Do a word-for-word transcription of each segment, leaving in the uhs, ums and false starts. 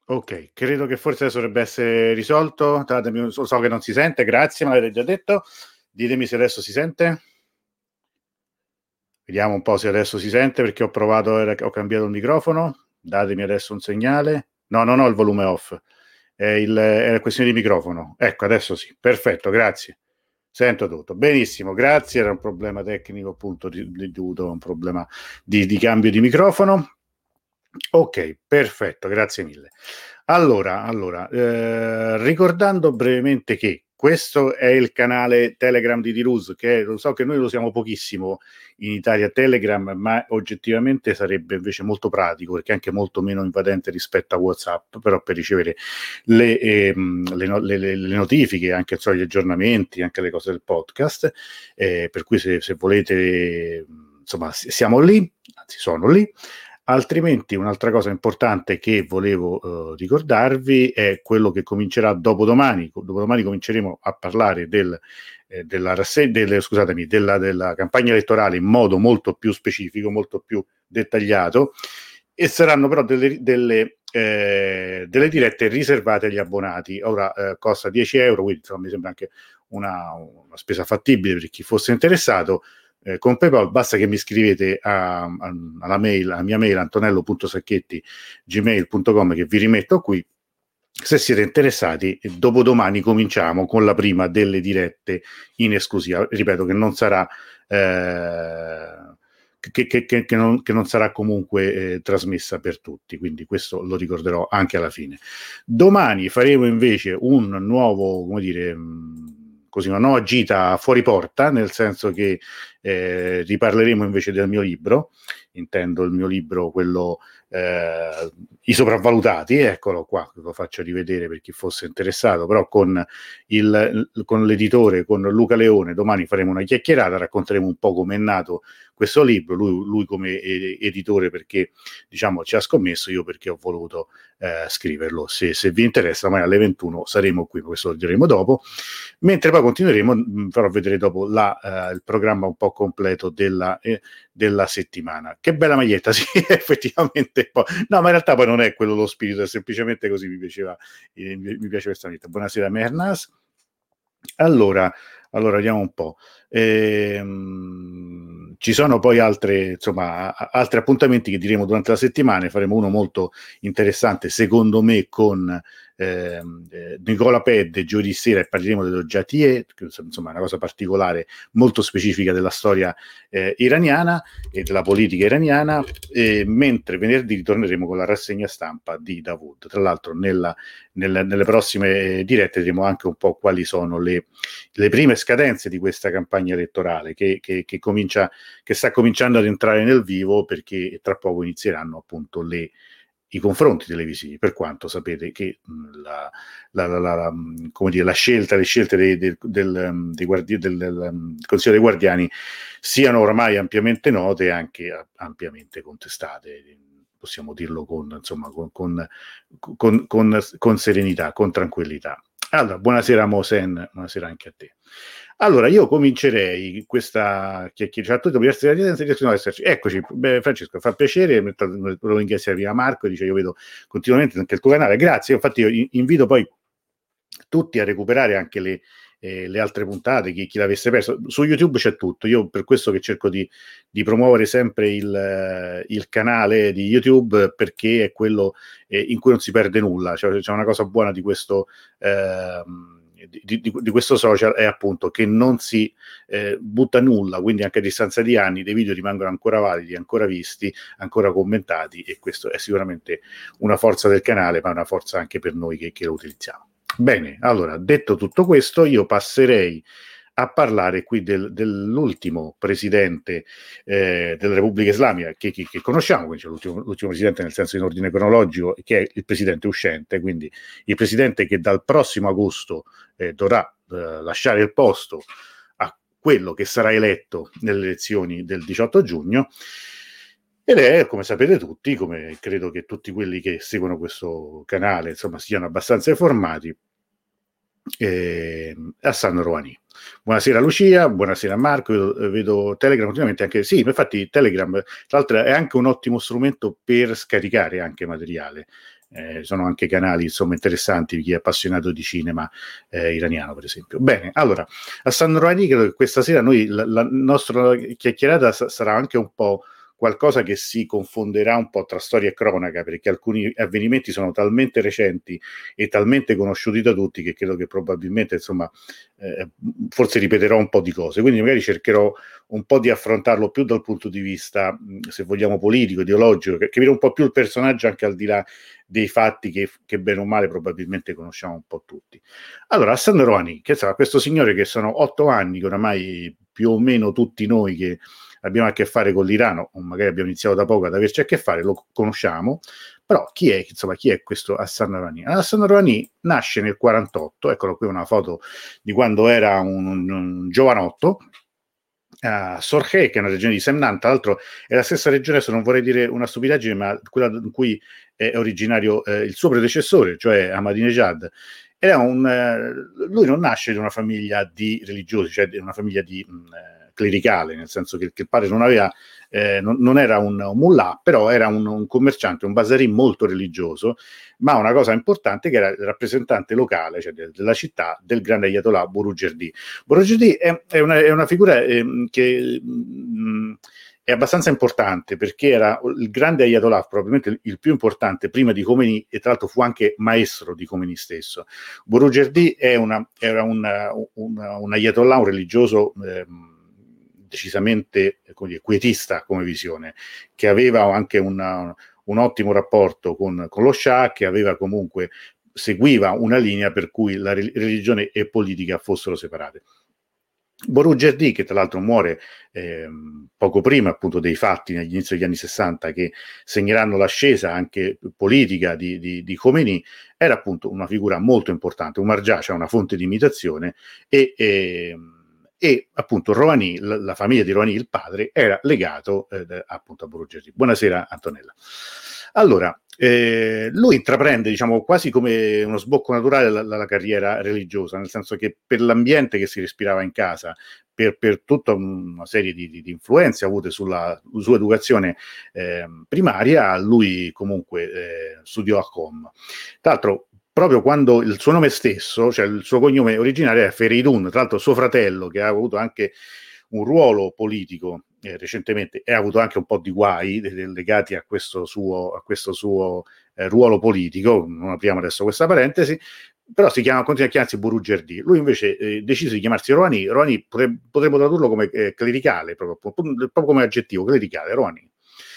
Ok, credo che forse adesso dovrebbe essere risolto. Datemi, so so che non si sente, grazie, me l'avete già detto. Ditemi se adesso si sente. Vediamo un po' se adesso si sente, perché ho provato, ho cambiato il microfono. Datemi adesso un segnale. No, non ho il volume off. È, il, è la questione di microfono. Ecco, adesso sì. Perfetto, grazie. Sento tutto. Benissimo, grazie. Era un problema tecnico, appunto, di- di- dovuto a un problema di, di cambio di microfono. Ok, perfetto, grazie mille. Allora, allora eh, ricordando brevemente che questo è il canale Telegram di Dirus, che lo so che noi lo usiamo pochissimo in Italia Telegram, ma oggettivamente sarebbe invece molto pratico, perché è anche molto meno invadente rispetto a WhatsApp, però per ricevere le, ehm, le, no- le- le- le notifiche, anche so, gli aggiornamenti, anche le cose del podcast, eh, per cui se, se volete, insomma, siamo lì, anzi sono lì. Altrimenti, un'altra cosa importante che volevo eh, ricordarvi è quello che comincerà dopodomani. Dopodomani cominceremo a parlare del, eh, della, rasse- delle, scusatemi, della, della campagna elettorale in modo molto più specifico, molto più dettagliato, e saranno però delle, delle, eh, delle dirette riservate agli abbonati. Ora eh, costa dieci euro, quindi insomma, mi sembra anche una, una spesa fattibile per chi fosse interessato. Eh, con PayPal basta che mi scrivete a, a, alla mail, alla mia mail antonello punto sacchetti gmail punto com, che vi rimetto qui se siete interessati. E dopodomani cominciamo con la prima delle dirette in esclusiva, ripeto che non sarà eh, che, che, che, che, non, che non sarà comunque eh, trasmessa per tutti, quindi questo lo ricorderò anche alla fine. Domani faremo invece un nuovo, come dire, mh, così, una nuova gita fuori porta, nel senso che eh, riparleremo invece del mio libro, intendo il mio libro, quello eh, I sopravvalutati, eccolo qua, lo faccio rivedere per chi fosse interessato, però con, il, con l'editore, con Luca Leone, domani faremo una chiacchierata, racconteremo un po' come è nato questo libro, lui, lui come editore perché diciamo ci ha scommesso, io perché ho voluto eh, scriverlo. Se, se vi interessa, magari alle ventuno saremo qui, questo lo diremo dopo, mentre poi continueremo, mh, farò vedere dopo la, eh, il programma un po' completo della, eh, della settimana. Che bella maglietta, sì, effettivamente. Poi, no, ma in realtà poi non è quello lo spirito, è semplicemente così mi piaceva, eh, mi piace questa maglietta. Buonasera Mernas. Allora, allora vediamo un po'. Ehm, ci sono poi altre, insomma, a- altri appuntamenti che diremo durante la settimana. Faremo uno molto interessante, secondo me, con ehm, eh, Nicola Pedde giovedì sera, e parleremo dello Jatieh, che insomma è una cosa particolare, molto specifica della storia eh, iraniana e della politica iraniana, e mentre venerdì ritorneremo con la rassegna stampa di Davud. Tra l'altro nella, nella, nelle prossime dirette diremo anche un po' quali sono le, le prime scadenze di questa campagna elettorale che, che, che, comincia, che sta cominciando ad entrare nel vivo, perché tra poco inizieranno appunto le i confronti televisivi, per quanto sapete che mh, la, la, la, la, come dire, la scelta, le scelte dei, del, del, dei guardi, del, del Consiglio dei Guardiani siano ormai ampiamente note e anche ampiamente contestate. Possiamo dirlo con, insomma, con, con, con, con, con serenità, con tranquillità. Allora, buonasera Mosen, buonasera anche a te. Allora, io comincerei questa chiacchierata. Eccoci, beh, Francesco, fa piacere, lo ringrazio prima Marco, dice io vedo continuamente anche il tuo canale, grazie. Infatti io invito poi tutti a recuperare anche le, eh, le altre puntate, chi, chi l'avesse perso. Su YouTube c'è tutto, io per questo che cerco di, di promuovere sempre il, il canale di YouTube, perché è quello eh, in cui non si perde nulla, cioè, c'è una cosa buona di questo eh, Di, di, di questo social, è appunto che non si eh, butta nulla, quindi anche a distanza di anni dei video rimangono ancora validi, ancora visti, ancora commentati, e questo è sicuramente una forza del canale, ma una forza anche per noi che, che lo utilizziamo. Bene, allora, detto tutto questo, io passerei a parlare qui del, dell'ultimo presidente eh, della Repubblica Islamica che, che, che conosciamo, quindi c'è l'ultimo, l'ultimo presidente nel senso in ordine cronologico, che è il presidente uscente, quindi il presidente che dal prossimo agosto eh, dovrà eh, lasciare il posto a quello che sarà eletto nelle elezioni del diciotto giugno. Ed è, come sapete tutti, come credo che tutti quelli che seguono questo canale, insomma, siano abbastanza informati, eh, Hassan Rouhani. Buonasera Lucia, buonasera Marco, io vedo Telegram continuamente, anche sì, infatti Telegram tra l'altro è anche un ottimo strumento per scaricare anche materiale, Eh, sono anche canali insomma interessanti di chi è appassionato di cinema eh, iraniano, per esempio. Bene, allora Hassan Rouhani, credo che questa sera noi la, la nostra chiacchierata sa- sarà anche un po' qualcosa che si confonderà un po' tra storia e cronaca, perché alcuni avvenimenti sono talmente recenti e talmente conosciuti da tutti che credo che probabilmente insomma eh, forse ripeterò un po' di cose, quindi magari cercherò un po' di affrontarlo più dal punto di vista, se vogliamo, politico, ideologico, capire un po' più il personaggio anche al di là dei fatti che, che bene o male probabilmente conosciamo un po' tutti. Allora, Hassan Rouhani, che sarà questo signore che sono otto anni che oramai più o meno tutti noi che abbiamo a che fare con l'Iran, o magari abbiamo iniziato da poco ad averci a che fare, lo conosciamo, però chi è, insomma, chi è questo Hassan Rouhani? Hassan Rouhani nasce nel quarantotto, eccolo qui una foto di quando era un, un, un giovanotto, a Sorhe, che è una regione di Semnan, tra l'altro è la stessa regione, se non vorrei dire una stupidaggine, ma quella in cui è originario eh, il suo predecessore, cioè Ahmadinejad. Era un, eh, lui non nasce di una famiglia di religiosi, cioè di una famiglia di mh, clericale, nel senso che, che il padre non aveva, eh, non, non era un, un mullah, però era un, un commerciante, un basarin molto religioso, ma una cosa importante che era il rappresentante locale, cioè de, della città, del grande Ayatollah Borujerdi. Borujerdi è, è, una, è una figura eh, che mh, è abbastanza importante perché era il grande Ayatollah, probabilmente il, il più importante prima di Khomeini, e tra l'altro fu anche maestro di Khomeini stesso. Borujerdi è una, era una, una, un Ayatollah, un religioso eh, decisamente come dire, quietista come visione, che aveva anche una, un ottimo rapporto con, con lo Shah, che aveva comunque seguiva una linea per cui la religione e politica fossero separate. Borujerdi, che tra l'altro muore eh, poco prima appunto dei fatti negli inizi degli anni sessanta che segneranno l'ascesa anche politica di, di, di Khomeini, era appunto una figura molto importante, un margià, cioè una fonte di imitazione, e, e, e appunto Rouhani, la, la famiglia di Rouhani, il padre, era legato eh, appunto a Borujerdi. Buonasera Antonella. Allora, eh, lui intraprende, diciamo, quasi come uno sbocco naturale la, la carriera religiosa, nel senso che per l'ambiente che si respirava in casa, per, per tutta una serie di, di, di influenze avute sulla sua educazione eh, primaria, lui comunque eh, studiò a Qom. Tra l'altro, proprio quando il suo nome stesso, cioè il suo cognome originario è Feridun, tra l'altro suo fratello, che ha avuto anche un ruolo politico eh, recentemente e ha avuto anche un po' di guai de- de- legati a questo suo, a questo suo eh, ruolo politico, non apriamo adesso questa parentesi, però si chiama, continua a chiamarsi Borujerdi. Lui invece eh, decise di chiamarsi Rouhani. Rouhani potre, potremmo tradurlo come eh, clericale, proprio, proprio come aggettivo, clericale, Rouhani.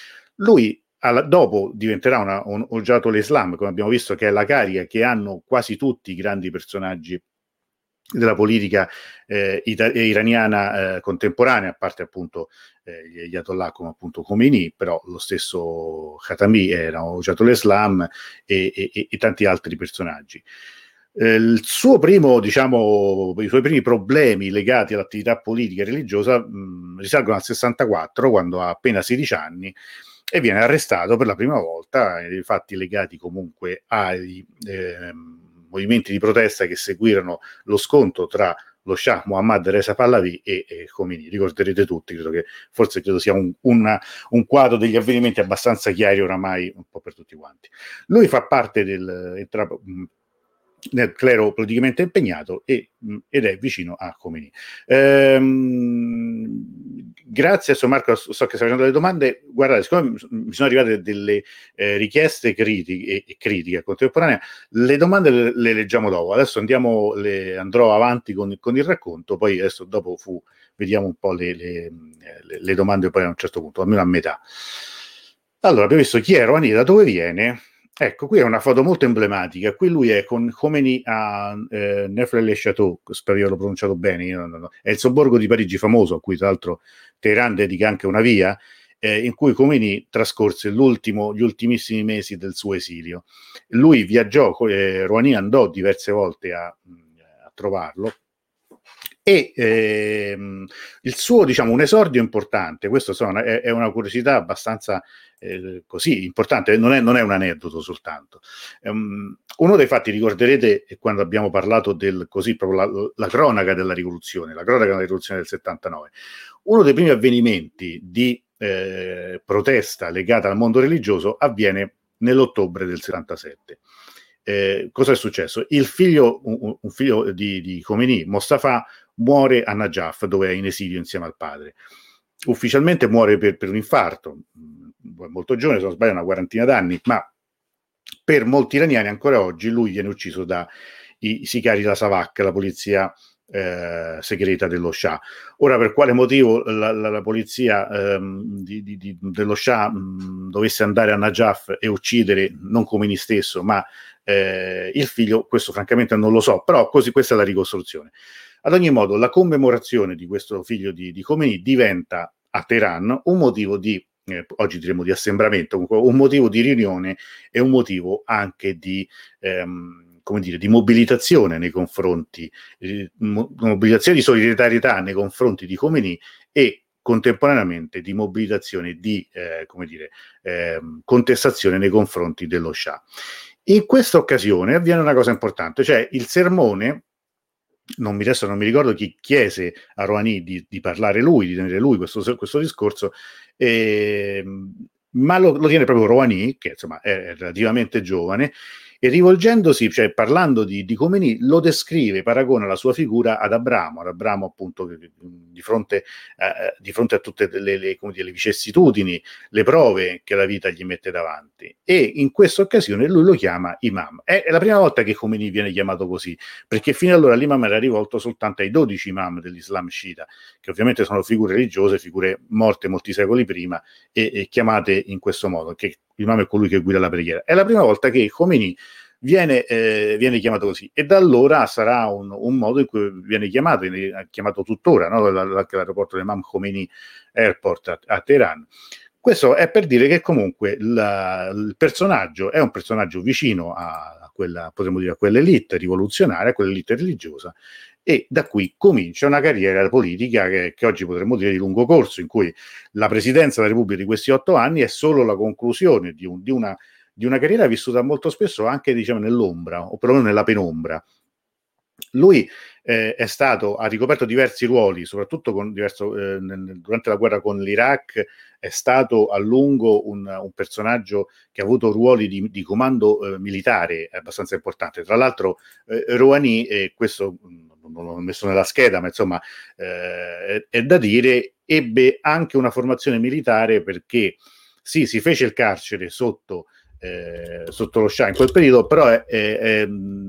Lui alla, dopo diventerà una, un Ojatol Islam, come abbiamo visto, che è la carica che hanno quasi tutti i grandi personaggi della politica eh, ita- iraniana eh, contemporanea, a parte appunto eh, gli ayatollah come appunto Khomeini, però lo stesso Khatami era Ojatol Islam e, e, e tanti altri personaggi. Eh, il suo primo, diciamo, i suoi primi problemi legati all'attività politica e religiosa mh, risalgono al sessantaquattro, quando ha appena sedici anni, e viene arrestato per la prima volta, eh, fatti legati comunque ai eh, movimenti di protesta che seguirono lo scontro tra lo Shah Mohammad Reza Pahlavi e, e Khomeini. Ricorderete tutti, credo che forse credo sia un, una, un quadro degli avvenimenti abbastanza chiari oramai un po' per tutti quanti. Lui fa parte del entra, nel clero politicamente impegnato e, ed è vicino a Khomeini. Ehm, grazie a suo Marco, so che stai facendo delle domande. Guardate, siccome mi sono arrivate delle eh, richieste critiche e, e critiche contemporanee, le domande le, le leggiamo dopo. Adesso andiamo, le, andrò avanti con, con il racconto, poi adesso dopo fu, vediamo un po' le, le, le, le domande poi a un certo punto, almeno a metà. Allora, abbiamo visto chi è Rouhani, da dove viene. Ecco, qui è una foto molto emblematica. Qui lui è con Khomeini a eh, Neufle-le-Château, spero di averlo pronunciato bene. Io, no, no. È il sobborgo di Parigi famoso, a cui tra l'altro Teheran dedica anche una via, eh, in cui Khomeini trascorse l'ultimo, gli ultimissimi mesi del suo esilio. Lui viaggiò, eh, Rouhani andò diverse volte a, a trovarlo. E ehm, il suo, diciamo, un esordio importante, questo sono, è, è una curiosità abbastanza eh, così importante, non è, non è un aneddoto soltanto. Um, uno dei fatti, ricorderete, quando abbiamo parlato del così proprio la, la cronaca della rivoluzione, la cronaca della rivoluzione del settantanove, uno dei primi avvenimenti di eh, protesta legata al mondo religioso avviene nell'ottobre del settantasette. Eh, cosa è successo? Il figlio, un, un figlio di, di Khomeini, Mostafa, muore a Najaf, dove è in esilio insieme al padre. Ufficialmente muore per, per un infarto, molto giovane, se non sbaglio una quarantina d'anni, ma per molti iraniani ancora oggi lui viene ucciso dai sicari della Savak, la polizia eh, segreta dello Shah. Ora, per quale motivo la, la, la polizia ehm, di, di, di, dello Shah mh, dovesse andare a Najaf e uccidere non Khomeini stesso, ma eh, il figlio, questo francamente non lo so, però così questa è la ricostruzione. Ad ogni modo, la commemorazione di questo figlio di, di Khomeini diventa a Teheran un motivo di, eh, oggi diremo di assembramento, comunque un motivo di riunione e un motivo anche di, ehm, come dire, di mobilitazione nei confronti, eh, mobilitazione di solidarietà nei confronti di Khomeini e contemporaneamente di mobilitazione di, eh, come dire, eh, contestazione nei confronti dello Shah. In questa occasione avviene una cosa importante, cioè il sermone, non mi, adesso non mi ricordo chi chiese a Rouhani di, di parlare lui, di tenere lui questo, questo discorso, eh, ma lo, lo tiene proprio Rouhani, che insomma è relativamente giovane, e rivolgendosi, cioè parlando di, di Khomeini, lo descrive, paragona la sua figura ad Abramo, ad Abramo appunto di fronte, eh, di fronte a tutte le, le, come dire, le vicissitudini, le prove che la vita gli mette davanti, e in questa occasione lui lo chiama imam. È, è la prima volta che Khomeini viene chiamato così, perché fino allora l'imam era rivolto soltanto ai dodici imam dell'Islam sciita, che ovviamente sono figure religiose, figure morte molti secoli prima e, e chiamate in questo modo, che l'imam è colui che guida la preghiera. È la prima volta che Khomeini viene, eh, viene chiamato così, e da allora sarà un, un modo in cui viene chiamato, viene chiamato tuttora, no? Anche l'aeroporto del Imam Khomeini Airport a, a Teheran. Questo è per dire che comunque la, il personaggio è un personaggio vicino a, a quella, potremmo dire, a quell'elite rivoluzionaria, a quell'elite religiosa, e da qui comincia una carriera politica che, che oggi potremmo dire di lungo corso, in cui la presidenza della Repubblica di questi otto anni è solo la conclusione di, un, di, una, di una carriera vissuta molto spesso anche, diciamo, nell'ombra, o perlomeno nella penombra. Lui eh, è stato, ha ricoperto diversi ruoli, soprattutto con diverso, eh, nel, durante la guerra con l'Iraq, è stato a lungo un, un personaggio che ha avuto ruoli di, di comando eh, militare abbastanza importante. Tra l'altro eh, Rouhani, e questo non l'ho messo nella scheda, ma insomma eh, è da dire, ebbe anche una formazione militare, perché sì, si fece il carcere sotto, eh, sotto lo Shah in quel periodo, però è, è, è,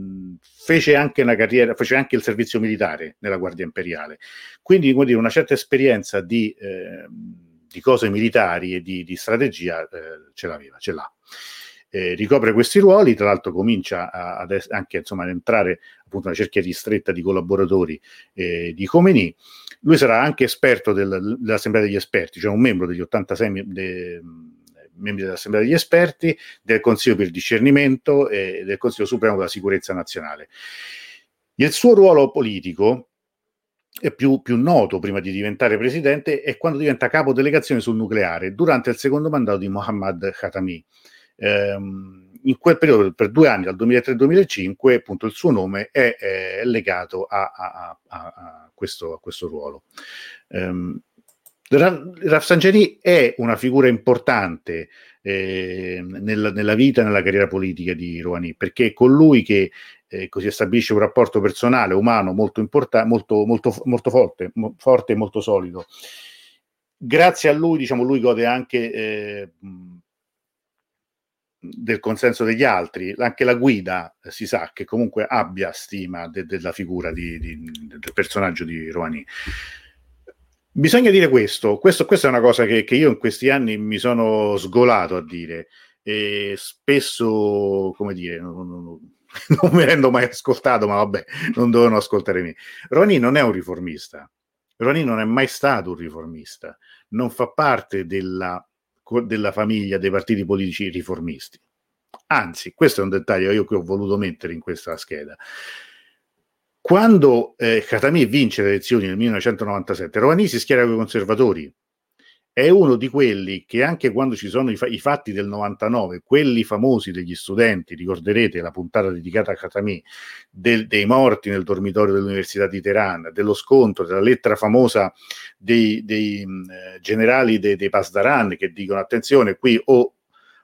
fece anche una carriera, fece anche il servizio militare nella Guardia Imperiale. Quindi, come dire, una certa esperienza di, eh, di cose militari e di, di strategia eh, ce l'aveva, ce l'ha. Eh, ricopre questi ruoli, tra l'altro comincia a, ad es- anche insomma, ad entrare appunto una cerchia ristretta di collaboratori eh, di Khomeini. Lui sarà anche esperto del, dell'Assemblea degli Esperti, cioè un membro degli ottantasei me- de, membri dell'Assemblea degli Esperti, del Consiglio per il discernimento e del Consiglio Supremo della Sicurezza Nazionale. Il suo ruolo politico è più, più noto prima di diventare presidente è quando diventa capo delegazione sul nucleare durante il secondo mandato di Mohammad Khatami. Um, in quel periodo, per due anni, dal duemilatré al duemilacinque, appunto il suo nome è, è legato a, a, a, a, questo, a questo ruolo. Um, Rafsanjani è una figura importante eh, nella, nella vita e nella carriera politica di Rouhani, perché è colui che eh, così stabilisce un rapporto personale, umano, molto importante, molto, molto, molto forte, mo, forte e molto solido. Grazie a lui, diciamo, lui gode anche eh, del consenso degli altri, anche la guida eh, si sa che comunque abbia stima de- della figura di, di, del personaggio di Rouhani. Bisogna dire questo, questo, questa è una cosa che, che io in questi anni mi sono sgolato a dire, e spesso, come dire, non, non, non mi rendo mai ascoltato, ma vabbè, non devono ascoltare me. Rouhani non è un riformista, Rouhani non è mai stato un riformista, non fa parte della della famiglia dei partiti politici riformisti. Anzi, questo è un dettaglio io che ho voluto mettere in questa scheda. Quando eh, Khatami vince le elezioni nel millenovecentonovantasette, Rouhani si schiera con i conservatori. È uno di quelli che anche quando ci sono i, fa- i fatti del novantanove, quelli famosi degli studenti, ricorderete la puntata dedicata a Khatami, del, dei morti nel dormitorio dell'Università di Teheran, dello scontro, della lettera famosa dei, dei mh, generali dei, dei Pasdaran che dicono attenzione, qui o,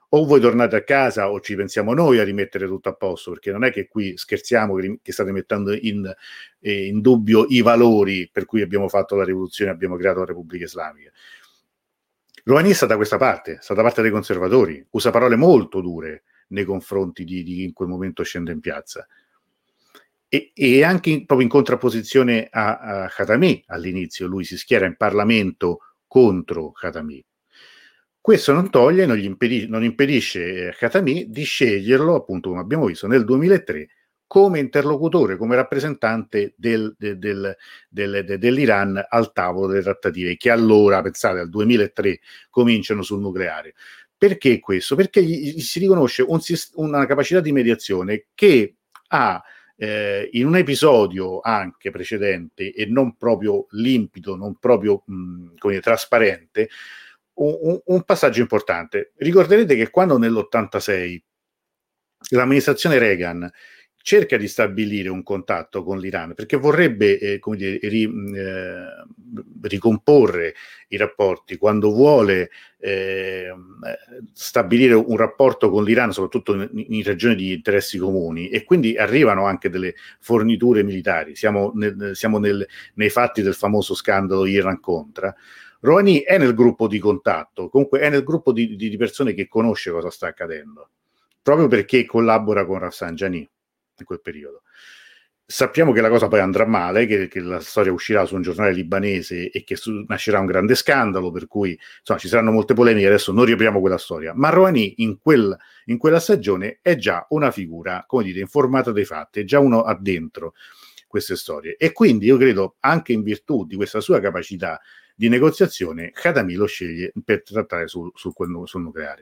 o voi tornate a casa o ci pensiamo noi a rimettere tutto a posto, perché non è che qui scherziamo che, che state mettendo in, eh, in dubbio i valori per cui abbiamo fatto la rivoluzione, abbiamo creato la Repubblica Islamica. Rouhani sta da questa parte, sta da parte dei conservatori, usa parole molto dure nei confronti di, di chi in quel momento scende in piazza. E, e anche in, proprio in contrapposizione a, a Khatami all'inizio, lui si schiera in Parlamento contro Khatami. Questo non toglie, non, gli impedisce, non impedisce a Khatami di sceglierlo, appunto come abbiamo visto, nel duemilatré come interlocutore, come rappresentante del, del, del, del, dell'Iran al tavolo delle trattative, che allora, pensate, al duemilatré cominciano sul nucleare. Perché questo? Perché gli, gli si riconosce un, una capacità di mediazione che ha eh, in un episodio anche precedente e non proprio limpido, non proprio mh, come dire, trasparente, un, un passaggio importante. Ricorderete che quando nell'ottantasei l'amministrazione Reagan cerca di stabilire un contatto con l'Iran perché vorrebbe eh, come dire, ri, eh, ricomporre i rapporti, quando vuole eh, stabilire un rapporto con l'Iran, soprattutto in, in regioni di interessi comuni, e quindi arrivano anche delle forniture militari. Siamo, nel, siamo nel, nei fatti del famoso scandalo Iran-Contra. Rouhani è nel gruppo di contatto, comunque è nel gruppo di, di persone che conosce cosa sta accadendo, proprio perché collabora con Rafsanjani in quel periodo. Sappiamo che la cosa poi andrà male, che, che la storia uscirà su un giornale libanese e che su, nascerà un grande scandalo, per cui insomma, ci saranno molte polemiche, adesso non riapriamo quella storia. Ma Rouhani in, quel, in quella stagione è già una figura, come dite, informata dei fatti, è già uno addentro queste storie. E quindi io credo, anche in virtù di questa sua capacità di negoziazione, Khatami lo sceglie per trattare sul, sul, sul nucleare.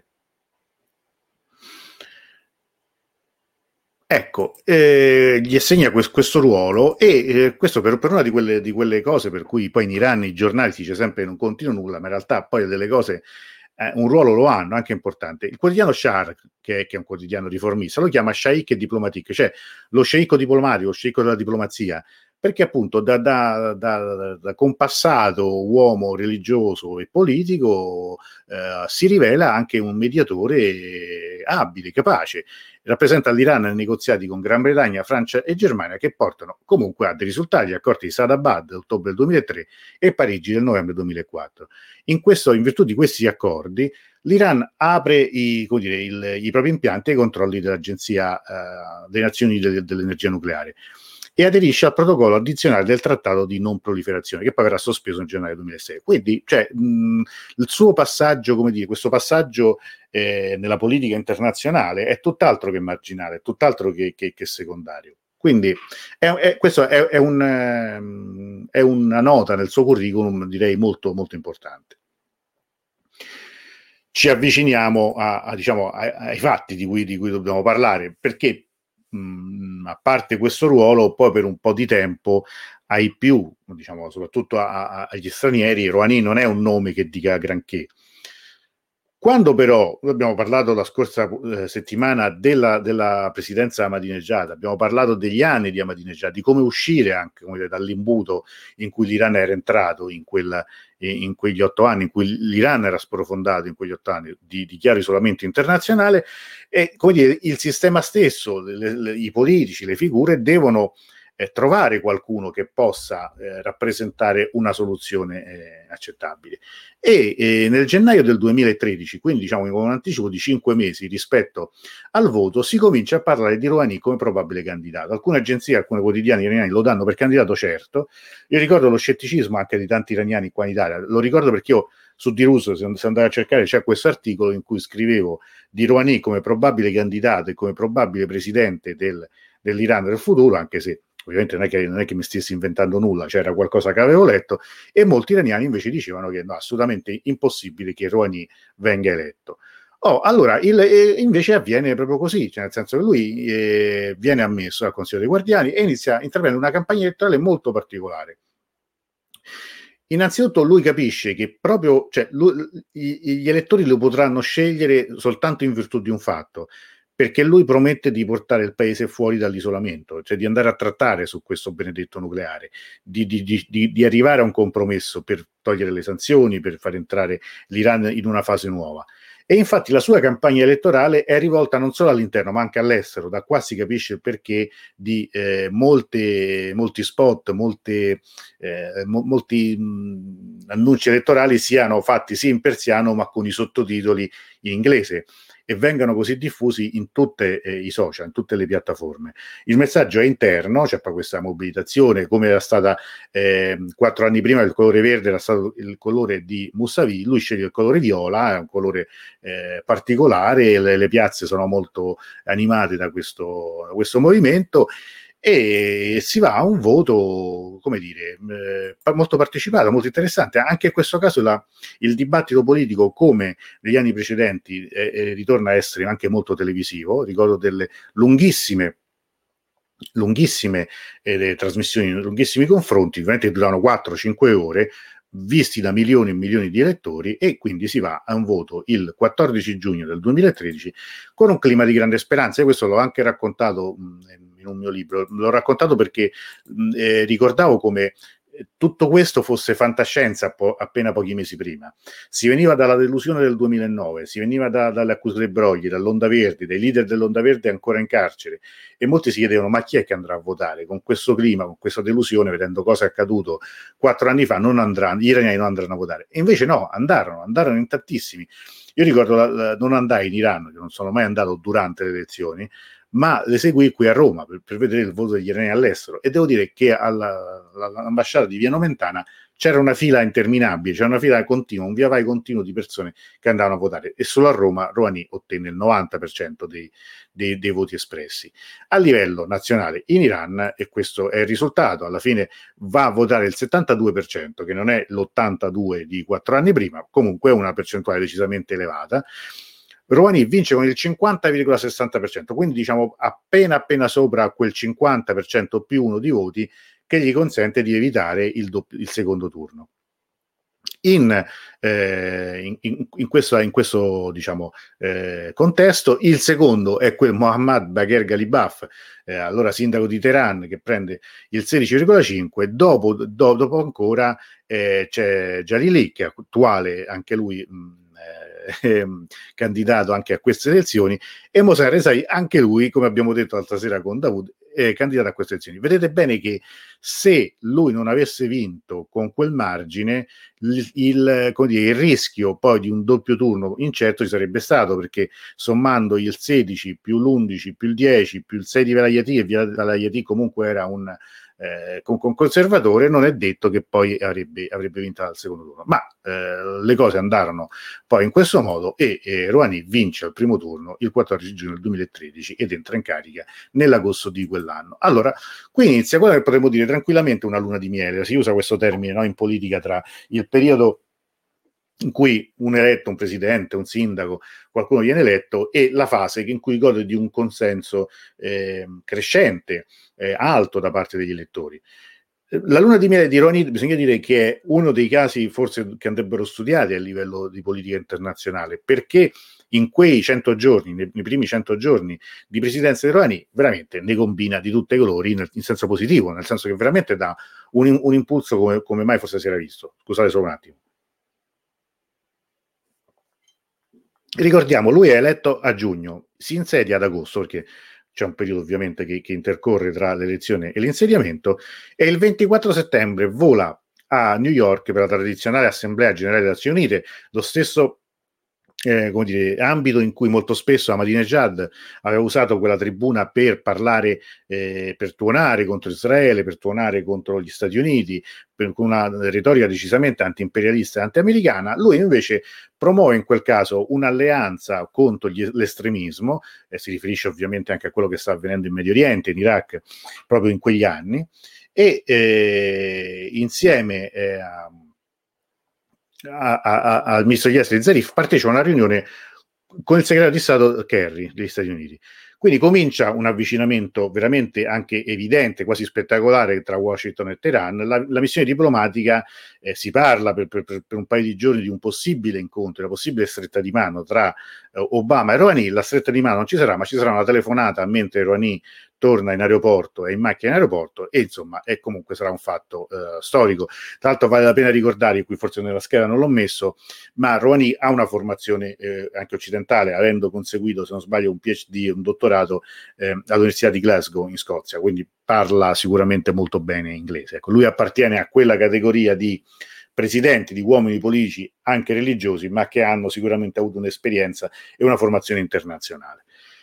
Ecco, eh, gli assegna questo, questo ruolo e eh, questo per, per una di quelle, di quelle cose per cui poi in Iran i giornali si dice sempre non continuo nulla, ma in realtà poi delle cose, eh, un ruolo lo hanno, anche importante. Il quotidiano Sharq, che è, che è un quotidiano riformista, lo chiama Shaikh e Diplomatique, cioè lo sceicco diplomatico, lo sceicco della diplomazia, perché appunto da, da, da, da compassato uomo religioso e politico eh, si rivela anche un mediatore abile, capace. Rappresenta l'Iran nei negoziati con Gran Bretagna, Francia e Germania, che portano comunque a dei risultati: gli accordi di Sadabad dell'ottobre del duemilatré e Parigi del novembre duemilaquattro. In, questo, in virtù di questi accordi, l'Iran apre i, come dire, il, i propri impianti ai controlli dell'Agenzia eh, delle Nazioni Unite dell'Energia Nucleare e aderisce al protocollo addizionale del trattato di non proliferazione, che poi verrà sospeso nel gennaio duemilasei. Quindi, cioè, mh, il suo passaggio, come dire, questo passaggio eh, nella politica internazionale è tutt'altro che marginale, è tutt'altro che, che, che secondario. Quindi, è, è, questo è, è, un, è una nota nel suo curriculum, direi, molto, molto importante. Ci avviciniamo a, a, diciamo, ai, ai fatti di cui, di cui dobbiamo parlare, perché mh, a parte questo ruolo, poi per un po' di tempo ai più, diciamo, soprattutto a, a, agli stranieri, Rouhani non è un nome che dica granché. Quando però, abbiamo parlato la scorsa eh, settimana della, della presidenza Ahmadinejad, abbiamo parlato degli anni di Ahmadinejad, di come uscire anche come dire, dall'imbuto in cui l'Iran era entrato in, quella, in quegli otto anni, in cui l'Iran era sprofondato in quegli otto anni di, di chiaro isolamento internazionale, e come dire, il sistema stesso, le, le, i politici, le figure devono Eh, trovare qualcuno che possa eh, rappresentare una soluzione eh, accettabile. E eh, nel gennaio del duemilatredici, quindi diciamo con un anticipo di cinque mesi rispetto al voto, si comincia a parlare di Rouhani come probabile candidato. Alcune agenzie, alcuni quotidiani iraniani lo danno per candidato certo. Io ricordo lo scetticismo anche di tanti iraniani qua in Italia, lo ricordo perché io su Dirus, se andate a cercare, c'è questo articolo in cui scrivevo di Rouhani come probabile candidato e come probabile presidente del, dell'Iran del futuro, anche se ovviamente non è, che, non è che mi stessi inventando nulla, c'era qualcosa che avevo letto, e molti iraniani invece dicevano che no, assolutamente impossibile che Rouhani venga eletto. Oh, allora, il, eh, invece avviene proprio così, cioè nel senso che lui eh, viene ammesso al Consiglio dei Guardiani e inizia a intraprendere una campagna elettorale molto particolare. Innanzitutto lui capisce che proprio, cioè, lui, gli elettori lo potranno scegliere soltanto in virtù di un fatto, perché lui promette di portare il paese fuori dall'isolamento, cioè di andare a trattare su questo benedetto nucleare, di, di, di, di arrivare a un compromesso per togliere le sanzioni, per far entrare l'Iran in una fase nuova. E infatti la sua campagna elettorale è rivolta non solo all'interno ma anche all'estero. Da qua si capisce il perché di eh, molte, molti spot, molte, eh, mo- molti mh, annunci elettorali siano fatti sì in persiano ma con i sottotitoli in inglese, e vengano così diffusi in tutti eh, i social, in tutte le piattaforme. Il messaggio è interno, c'è poi questa mobilitazione, come era stata eh, quattro anni prima il colore verde era stato il colore di Mousavi, lui sceglie il colore viola, è un colore eh, particolare, le, le piazze sono molto animate da questo, da questo movimento, e si va a un voto, come dire, eh, molto partecipato, molto interessante. Anche in questo caso la, il dibattito politico, come negli anni precedenti, eh, eh, ritorna a essere anche molto televisivo. Ricordo delle lunghissime lunghissime eh, trasmissioni, lunghissimi confronti, ovviamente duravano quattro cinque ore, visti da milioni e milioni di elettori, e quindi si va a un voto il quattordici giugno del duemilatredici con un clima di grande speranza. Io questo l'ho anche raccontato mh, in un mio libro, l'ho raccontato perché mh, eh, ricordavo come tutto questo fosse fantascienza po- appena pochi mesi prima. Si veniva dalla delusione del duemilanove, si veniva da, dalle accuse dei brogli, dall'Onda Verde, dai leader dell'Onda Verde ancora in carcere, e molti si chiedevano ma chi è che andrà a votare con questo clima, con questa delusione, vedendo cosa è accaduto quattro anni fa. Non andranno, gli iraniani non andranno a votare, e invece no, andarono, andarono in tantissimi. Io ricordo, la, la, non andai in Iran, che non sono mai andato durante le elezioni, ma le seguì qui a Roma per, per vedere il voto degli iraniani all'estero, e devo dire che alla, all'ambasciata di Via Nomentana c'era una fila interminabile, c'era una fila continua, un via vai continuo di persone che andavano a votare, e solo a Roma Rouhani ottenne il novanta per cento dei, dei, dei voti espressi. A livello nazionale in Iran, e questo è il risultato, alla fine va a votare il settantadue per cento, che non è l'ottantadue per cento di quattro anni prima, comunque è una percentuale decisamente elevata. Rouhani vince con il cinquanta virgola sessanta per cento, quindi diciamo appena appena sopra quel cinquanta per cento più uno di voti che gli consente di evitare il, doppio, il secondo turno. In, eh, in, in, questo, in questo diciamo, eh, contesto, il secondo è quel Mohammad Bagher Ghalibaf, eh, allora sindaco di Teheran, che prende il sedici virgola cinque. Dopo, do, dopo ancora eh, c'è Jalili, che è attuale anche lui mh, eh, candidato anche a queste elezioni, e Moser Rezai, anche lui, come abbiamo detto l'altra sera con Dawood, è candidato a queste elezioni. Vedete bene che se lui non avesse vinto con quel margine, il, il, come dire, il rischio poi di un doppio turno incerto ci sarebbe stato, perché sommando il sedici più l'undici più il dieci più il sei di Velayati, e Velayati comunque era un Eh, con, con conservatore, non è detto che poi avrebbe, avrebbe vinto al secondo turno, ma eh, le cose andarono poi in questo modo, e eh, Rouhani vince al primo turno il quattordici giugno del duemilatredici ed entra in carica nell'agosto di quell'anno. Allora, qui inizia quella che potremmo dire tranquillamente una luna di miele. Si usa questo termine, no, in politica, tra il periodo in cui un eletto, un presidente, un sindaco, qualcuno viene eletto, e la fase in cui gode di un consenso eh, crescente, eh, alto da parte degli elettori. La luna di miele di Rouhani, bisogna dire che è uno dei casi forse che andrebbero studiati a livello di politica internazionale, perché in quei cento giorni, nei, nei primi cento giorni di presidenza di Rouhani, veramente ne combina di tutti i colori, nel, in senso positivo, nel senso che veramente dà un, un impulso come, come mai forse si era visto. Scusate solo un attimo. Ricordiamo, lui è eletto a giugno, si insedia ad agosto, perché c'è un periodo ovviamente che, che intercorre tra l'elezione e l'insediamento, e il ventiquattro settembre vola a New York per la tradizionale Assemblea Generale delle Nazioni Unite, lo stesso eh, come dire, ambito in cui molto spesso Ahmadinejad aveva usato quella tribuna per parlare, eh, per tuonare contro Israele, per tuonare contro gli Stati Uniti, per, con una retorica decisamente anti-imperialista e anti-americana. Lui invece promuove in quel caso un'alleanza contro gli, l'estremismo, eh, si riferisce ovviamente anche a quello che sta avvenendo in Medio Oriente, in Iraq, proprio in quegli anni, e eh, insieme eh, a A, a, al ministro degli esteri Zarif partecipa a una riunione con il segretario di Stato Kerry degli Stati Uniti. Quindi comincia un avvicinamento veramente anche evidente, quasi spettacolare, tra Washington e Teheran. La, la missione diplomatica, eh, si parla per, per, per un paio di giorni di un possibile incontro, una possibile stretta di mano tra Obama e Rouhani, la stretta di mano non ci sarà, ma ci sarà una telefonata mentre Rouhani torna in aeroporto, è in macchina in aeroporto, e insomma è comunque sarà un fatto eh, storico. Tra l'altro vale la pena ricordare, qui forse nella scheda non l'ho messo, ma Rouhani ha una formazione eh, anche occidentale, avendo conseguito, se non sbaglio, un PhD, un dottorato eh, all'Università di Glasgow in Scozia, quindi parla sicuramente molto bene inglese. Ecco, lui appartiene a quella categoria di presidenti, di uomini politici anche religiosi, ma che hanno sicuramente avuto un'esperienza e una formazione internazionale.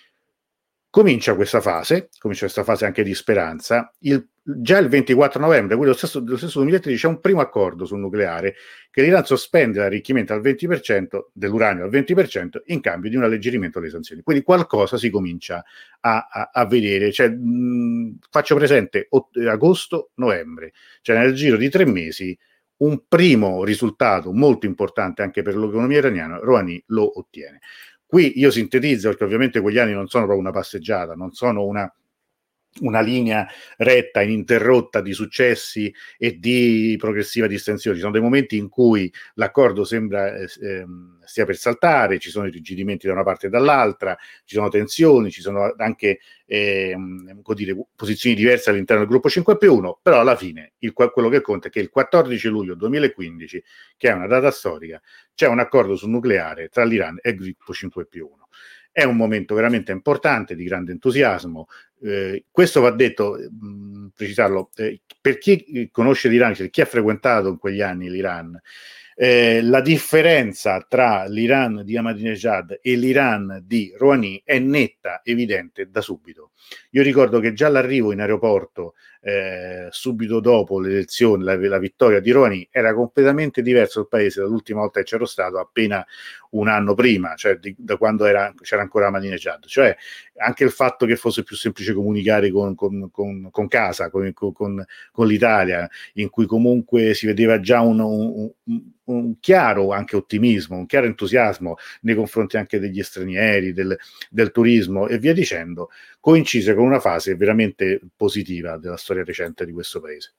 Comincia questa fase, comincia questa fase anche di speranza. Il, già il ventiquattro novembre, quello stesso, dello stesso duemilatredici, c'è un primo accordo sul nucleare che l'Iran sospende l'arricchimento al venti per cento dell'uranio al venti per cento in cambio di un alleggerimento delle sanzioni. Quindi qualcosa si comincia a, a, a vedere. Cioè, mh, faccio presente agosto-novembre, cioè nel giro di tre mesi un primo risultato molto importante anche per l'economia iraniana, Rouhani lo ottiene. Qui io sintetizzo, perché ovviamente quegli anni non sono proprio una passeggiata, non sono una, una linea retta, ininterrotta di successi e di progressiva distensione. Ci sono dei momenti in cui l'accordo sembra eh, stia per saltare, ci sono irrigidimenti da una parte e dall'altra, ci sono tensioni, ci sono anche eh, dire, posizioni diverse all'interno del gruppo cinque più uno, però alla fine il, quello che conta è che il quattordici luglio duemilaquindici, che è una data storica, c'è un accordo sul nucleare tra l'Iran e il gruppo cinque più uno. È un momento veramente importante, di grande entusiasmo. Eh, questo va detto, mh, precisarlo, eh, per chi conosce l'Iran, cioè chi ha frequentato in quegli anni l'Iran, eh, la differenza tra l'Iran di Ahmadinejad e l'Iran di Rouhani è netta, evidente da subito. Io ricordo che già l'arrivo in aeroporto, eh, subito dopo le elezioni, la, la vittoria di Rouhani, era completamente diverso il paese dall'ultima volta che c'ero stato, appena un anno prima, cioè di, da quando era, c'era ancora Ahmadinejad. Cioè anche il fatto che fosse più semplice comunicare con, con, con, con casa, con, con, con l'Italia, in cui comunque si vedeva già un, un, un, un chiaro anche ottimismo, un chiaro entusiasmo nei confronti anche degli stranieri, del, del turismo e via dicendo, coincise con una fase veramente positiva della storia recente di questo paese.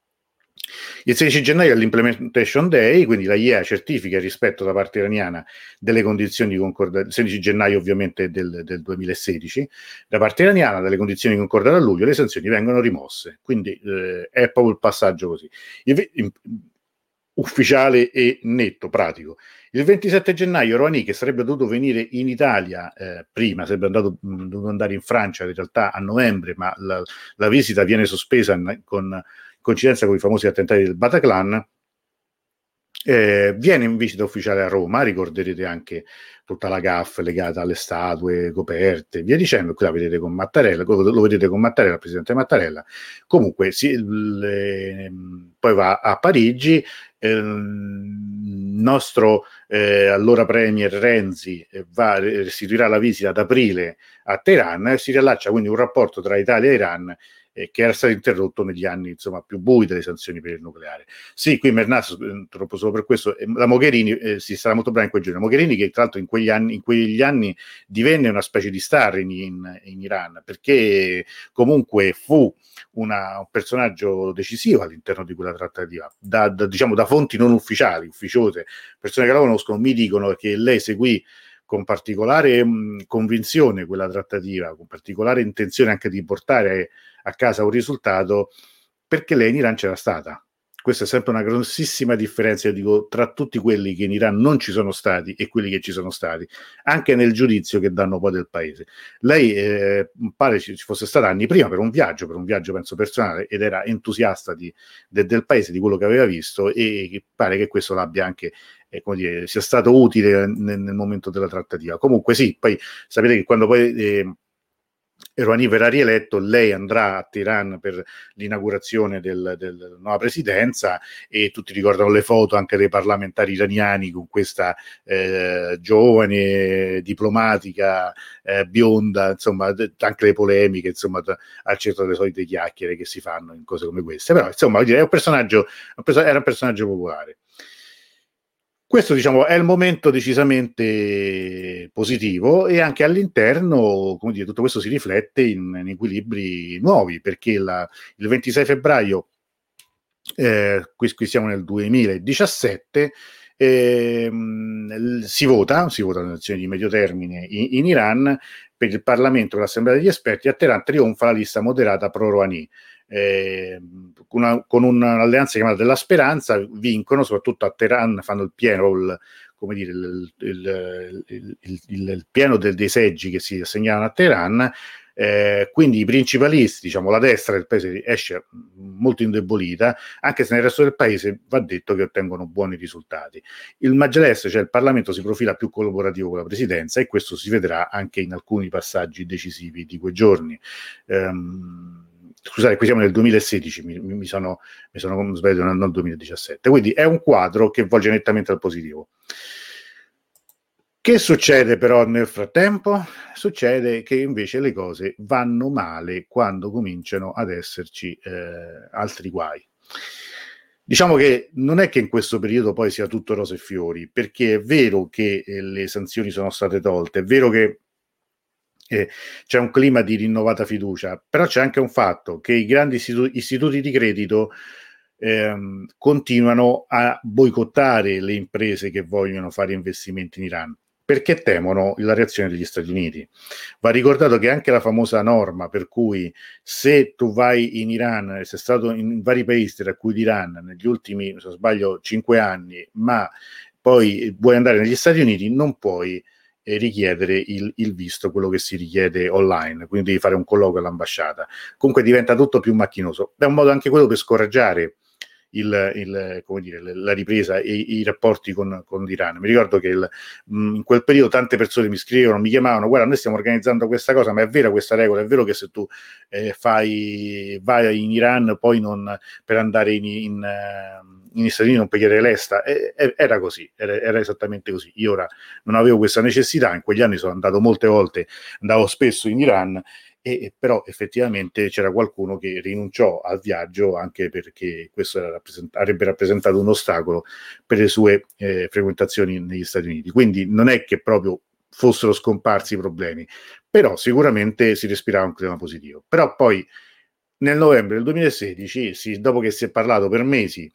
Il sedici gennaio è l'Implementation Day, quindi la I E A certifica il rispetto da parte iraniana delle condizioni di concordato, sedici gennaio ovviamente del, del duemilasedici, da parte iraniana delle condizioni concordate a luglio, le sanzioni vengono rimosse, quindi eh, è proprio il passaggio così. Il, in, ufficiale e netto, pratico. Il ventisette gennaio Rouhani, che sarebbe dovuto venire in Italia eh, prima, sarebbe andato, mh, dovuto andare in Francia in realtà a novembre, ma la, la visita viene sospesa in, con coincidenza con i famosi attentati del Bataclan, eh, viene in visita ufficiale a Roma, ricorderete anche tutta la gaffe legata alle statue coperte, via dicendo, qui la vedete con Mattarella, lo vedete con Mattarella, il presidente Mattarella. Comunque si, le, poi va a Parigi, eh, il nostro eh, allora premier Renzi eh, va, restituirà la visita ad aprile a Teheran, e si riallaccia quindi un rapporto tra Italia e Iran eh, che era stato interrotto negli anni insomma più bui delle sanzioni per il nucleare. Sì, qui Mernazzo, troppo solo per questo, eh, la Mogherini eh, si sarà molto brava in quei giorni. Mogherini che tra l'altro in quegli anni, in quegli anni divenne una specie di star in, in, in Iran, perché comunque fu una, un personaggio decisivo all'interno di quella trattativa, da, da, diciamo da fonti non ufficiali, ufficiose, persone che la conoscono mi dicono che lei seguì con particolare mh, convinzione quella trattativa, con particolare intenzione anche di portare a casa un risultato, perché lei in Iran c'era stata. Questa è sempre una grossissima differenza, io dico, tra tutti quelli che in Iran non ci sono stati e quelli che ci sono stati, anche nel giudizio che danno poi del paese. Lei eh, pare ci fosse stata anni prima per un viaggio, per un viaggio penso personale, ed era entusiasta di, de, del paese, di quello che aveva visto, e pare che questo l'abbia anche eh, come dire, sia stato utile nel, nel momento della trattativa. Comunque sì, poi sapete che quando poi eh, Rouhani verrà rieletto, lei andrà a Teheran per l'inaugurazione del, del, della nuova presidenza, e tutti ricordano le foto anche dei parlamentari iraniani con questa eh, giovane diplomatica eh, bionda, insomma anche le polemiche insomma al centro delle solite chiacchiere che si fanno in cose come queste, però insomma è un personaggio, era un personaggio popolare. Questo diciamo è il momento decisamente positivo, e anche all'interno, come dire, tutto questo si riflette in, in equilibri nuovi, perché la, il ventisei febbraio, eh, qui, qui siamo nel duemiladiciassette, ehm, si vota, si vota un'elezione di medio termine in, in Iran. Per il Parlamento, l'Assemblea degli esperti, a Teheran trionfa la lista moderata pro-Rouhani. Eh, una, con un'alleanza chiamata della speranza, vincono, soprattutto a Teheran, fanno il pieno, il, come dire, il, il, il, il, il pieno del, dei seggi che si assegnavano a Teheran. Eh, quindi i principalisti, diciamo la destra del paese, esce molto indebolita, anche se nel resto del paese va detto che ottengono buoni risultati. Il Majlis, cioè il Parlamento, si profila più collaborativo con la presidenza, e questo si vedrà anche in alcuni passaggi decisivi di quei giorni. Um, Scusate, qui siamo nel duemilasedici, mi, mi sono, mi sono sbagliato, non nel duemiladiciassette. Quindi è un quadro che volge nettamente al positivo. Che succede però nel frattempo? Succede che invece le cose vanno male quando cominciano ad esserci eh, altri guai. Diciamo che non è che in questo periodo poi sia tutto rose e fiori, perché è vero che eh, le sanzioni sono state tolte, è vero che Eh, c'è un clima di rinnovata fiducia, però c'è anche un fatto che i grandi istitu- istituti di credito ehm, continuano a boicottare le imprese che vogliono fare investimenti in Iran, perché temono la reazione degli Stati Uniti. Va ricordato che anche la famosa norma per cui se tu vai in Iran, sei stato in vari paesi, tra cui l'Iran, negli ultimi, se non sbaglio, cinque anni, ma poi vuoi andare negli Stati Uniti, non puoi richiedere il, il visto, quello che si richiede online, quindi devi fare un colloquio all'ambasciata. Comunque diventa tutto più macchinoso. È un modo anche quello per scoraggiare il, il, come dire, la ripresa e i rapporti con, con l'Iran. Mi ricordo che il, mh, in quel periodo tante persone mi scrivevano, mi chiamavano: guarda, noi stiamo organizzando questa cosa, ma è vera questa regola? È vero che se tu eh, fai, vai in Iran poi non per andare in, in uh, negli Stati Uniti non puoi chiedere l'esta? Eh, era così, era, era esattamente così. Io ora non avevo questa necessità, in quegli anni sono andato molte volte, andavo spesso in Iran, e però effettivamente c'era qualcuno che rinunciò al viaggio anche perché questo era rappresent- avrebbe rappresentato un ostacolo per le sue eh, frequentazioni negli Stati Uniti. Quindi non è che proprio fossero scomparsi i problemi, però sicuramente si respirava un clima positivo. Però poi nel novembre del duemilasedici, sì, dopo che si è parlato per mesi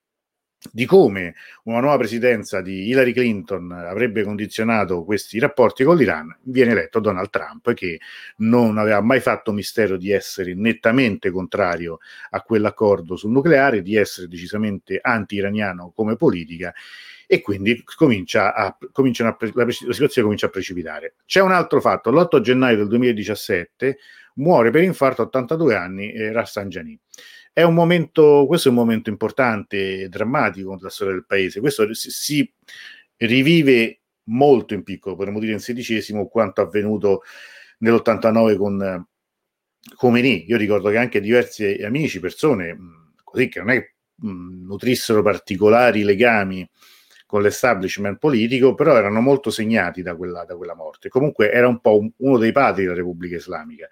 di come una nuova presidenza di Hillary Clinton avrebbe condizionato questi rapporti con l'Iran, viene eletto Donald Trump, che non aveva mai fatto mistero di essere nettamente contrario a quell'accordo sul nucleare, di essere decisamente anti-iraniano come politica, e quindi comincia a, cominciano a, la, la situazione comincia a precipitare. C'è un altro fatto: l'otto gennaio del duemiladiciassette muore per infarto a ottantadue anni eh, Rafsanjani. È un momento, questo è un momento importante e drammatico nella storia del paese. Questo si, si rivive molto in piccolo, potremmo dire in sedicesimo, quanto avvenuto nell'ottantanove con Khomeini. Io ricordo che anche diversi amici, persone così che non è mh, nutrissero particolari legami con l'establishment politico, però erano molto segnati da quella, da quella morte. Comunque era un po' un, uno dei padri della Repubblica Islamica.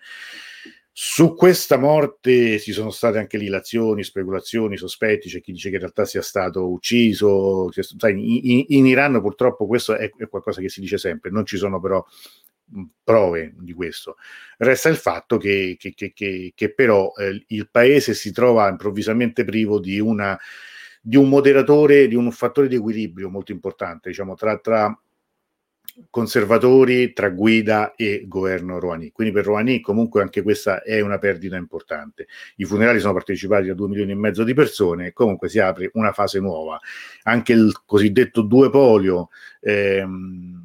Su questa morte ci sono state anche lilazioni, speculazioni, sospetti. C'è chi dice che in realtà sia stato ucciso. Sai, in, in Iran purtroppo questo è, è qualcosa che si dice sempre, non ci sono però prove di questo. Resta il fatto che, che, che, che, che però eh, il paese si trova improvvisamente privo di, una, di un moderatore, di un fattore di equilibrio molto importante, diciamo, tra, tra conservatori, tra guida e governo Rouhani. Quindi per Rouhani comunque anche questa è una perdita importante. I funerali sono partecipati da due milioni e mezzo di persone, e comunque si apre una fase nuova. Anche il cosiddetto duopolio ehm,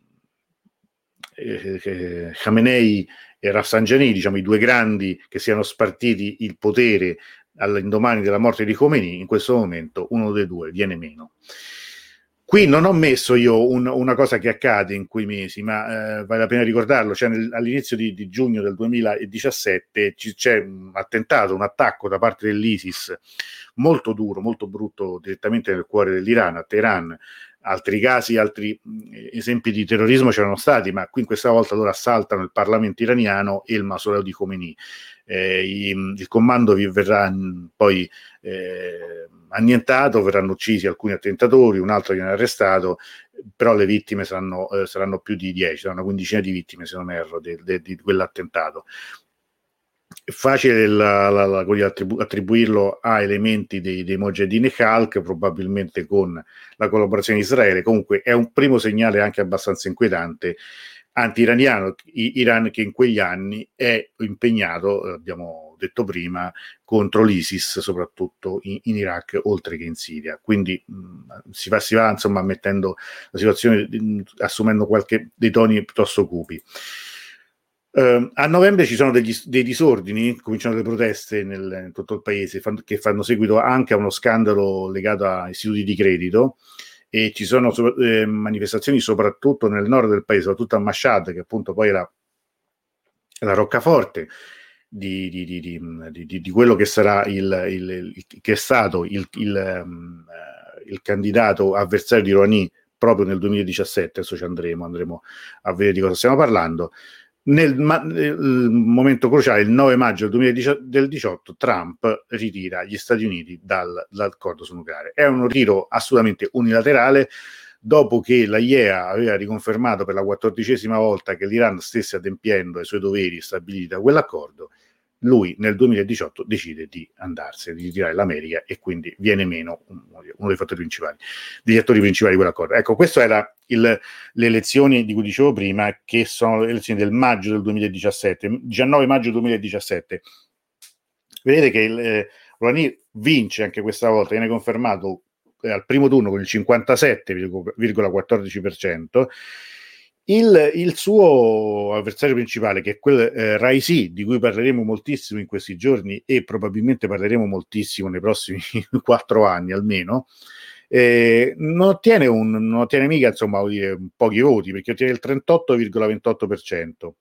eh, Khamenei e Rafsanjani, diciamo i due grandi che si erano spartiti il potere all'indomani della morte di Khomeini, in questo momento uno dei due viene meno. Qui non ho messo io un, una cosa che accade in quei mesi, ma eh, vale la pena ricordarlo. Cioè nel, all'inizio di, di giugno del duemiladiciassette ci, c'è un attentato, un attacco da parte dell'ISIS molto duro, molto brutto, direttamente nel cuore dell'Iran, a Teheran. Altri casi, altri mh, esempi di terrorismo c'erano stati, ma qui in questa volta loro assaltano il Parlamento iraniano e il mausoleo di Khomeini. Eh, i, il comando vi verrà mh, poi eh, annientato, verranno uccisi alcuni attentatori, un altro viene arrestato, però le vittime saranno, eh, saranno più di dieci, saranno una quindicina di vittime se non erro de, de, di quell'attentato. è facile la, la, la, attribu- attribuirlo a elementi dei, dei Mojahedin Khalq, probabilmente con la collaborazione di Israele. Comunque è un primo segnale anche abbastanza inquietante anti-iraniano, Iran che in quegli anni è impegnato, abbiamo detto prima, contro l'ISIS, soprattutto in, in Iraq, oltre che in Siria. Quindi mh, si va, si va insomma mettendo la situazione, mh, assumendo qualche dei toni piuttosto cupi. Uh, a novembre ci sono degli, dei disordini, cominciano le proteste nel, in tutto il paese fan, che fanno seguito anche a uno scandalo legato a istituti di credito, e ci sono eh, manifestazioni soprattutto nel nord del paese, soprattutto a Mashhad, che appunto poi era la roccaforte di, di, di, di, di, di quello che sarà il, il, il che è stato il, il, um, il candidato avversario di Rouhani proprio nel duemiladiciassette. Adesso ci andremo, andremo a vedere di cosa stiamo parlando. Nel, ma, nel momento cruciale, il nove maggio del duemiladiciotto, Trump ritira gli Stati Uniti dal, dall'accordo sul nucleare. È un ritiro assolutamente unilaterale, dopo che la I E A aveva riconfermato per la quattordicesima volta che l'Iran stesse adempiendo ai suoi doveri stabiliti da quell'accordo. Lui nel duemiladiciotto decide di andarsene, di ritirare l'America, e quindi viene meno uno dei fattori principali, degli attori principali di quell'accordo. Ecco, queste erano le elezioni di cui dicevo prima, che sono le elezioni del maggio del duemiladiciassette, diciannove maggio duemiladiciassette. Vedete che il, eh, Rouhani vince anche questa volta, viene confermato eh, al primo turno con il cinquantasette virgola quattordici per cento. Il, il suo avversario principale, che è quel eh, Raisi, di cui parleremo moltissimo in questi giorni e probabilmente parleremo moltissimo nei prossimi quattro anni almeno, eh, non ottiene un, non ottiene mica, insomma, vuol dire, pochi voti, perché ottiene il trentotto virgola ventotto per cento.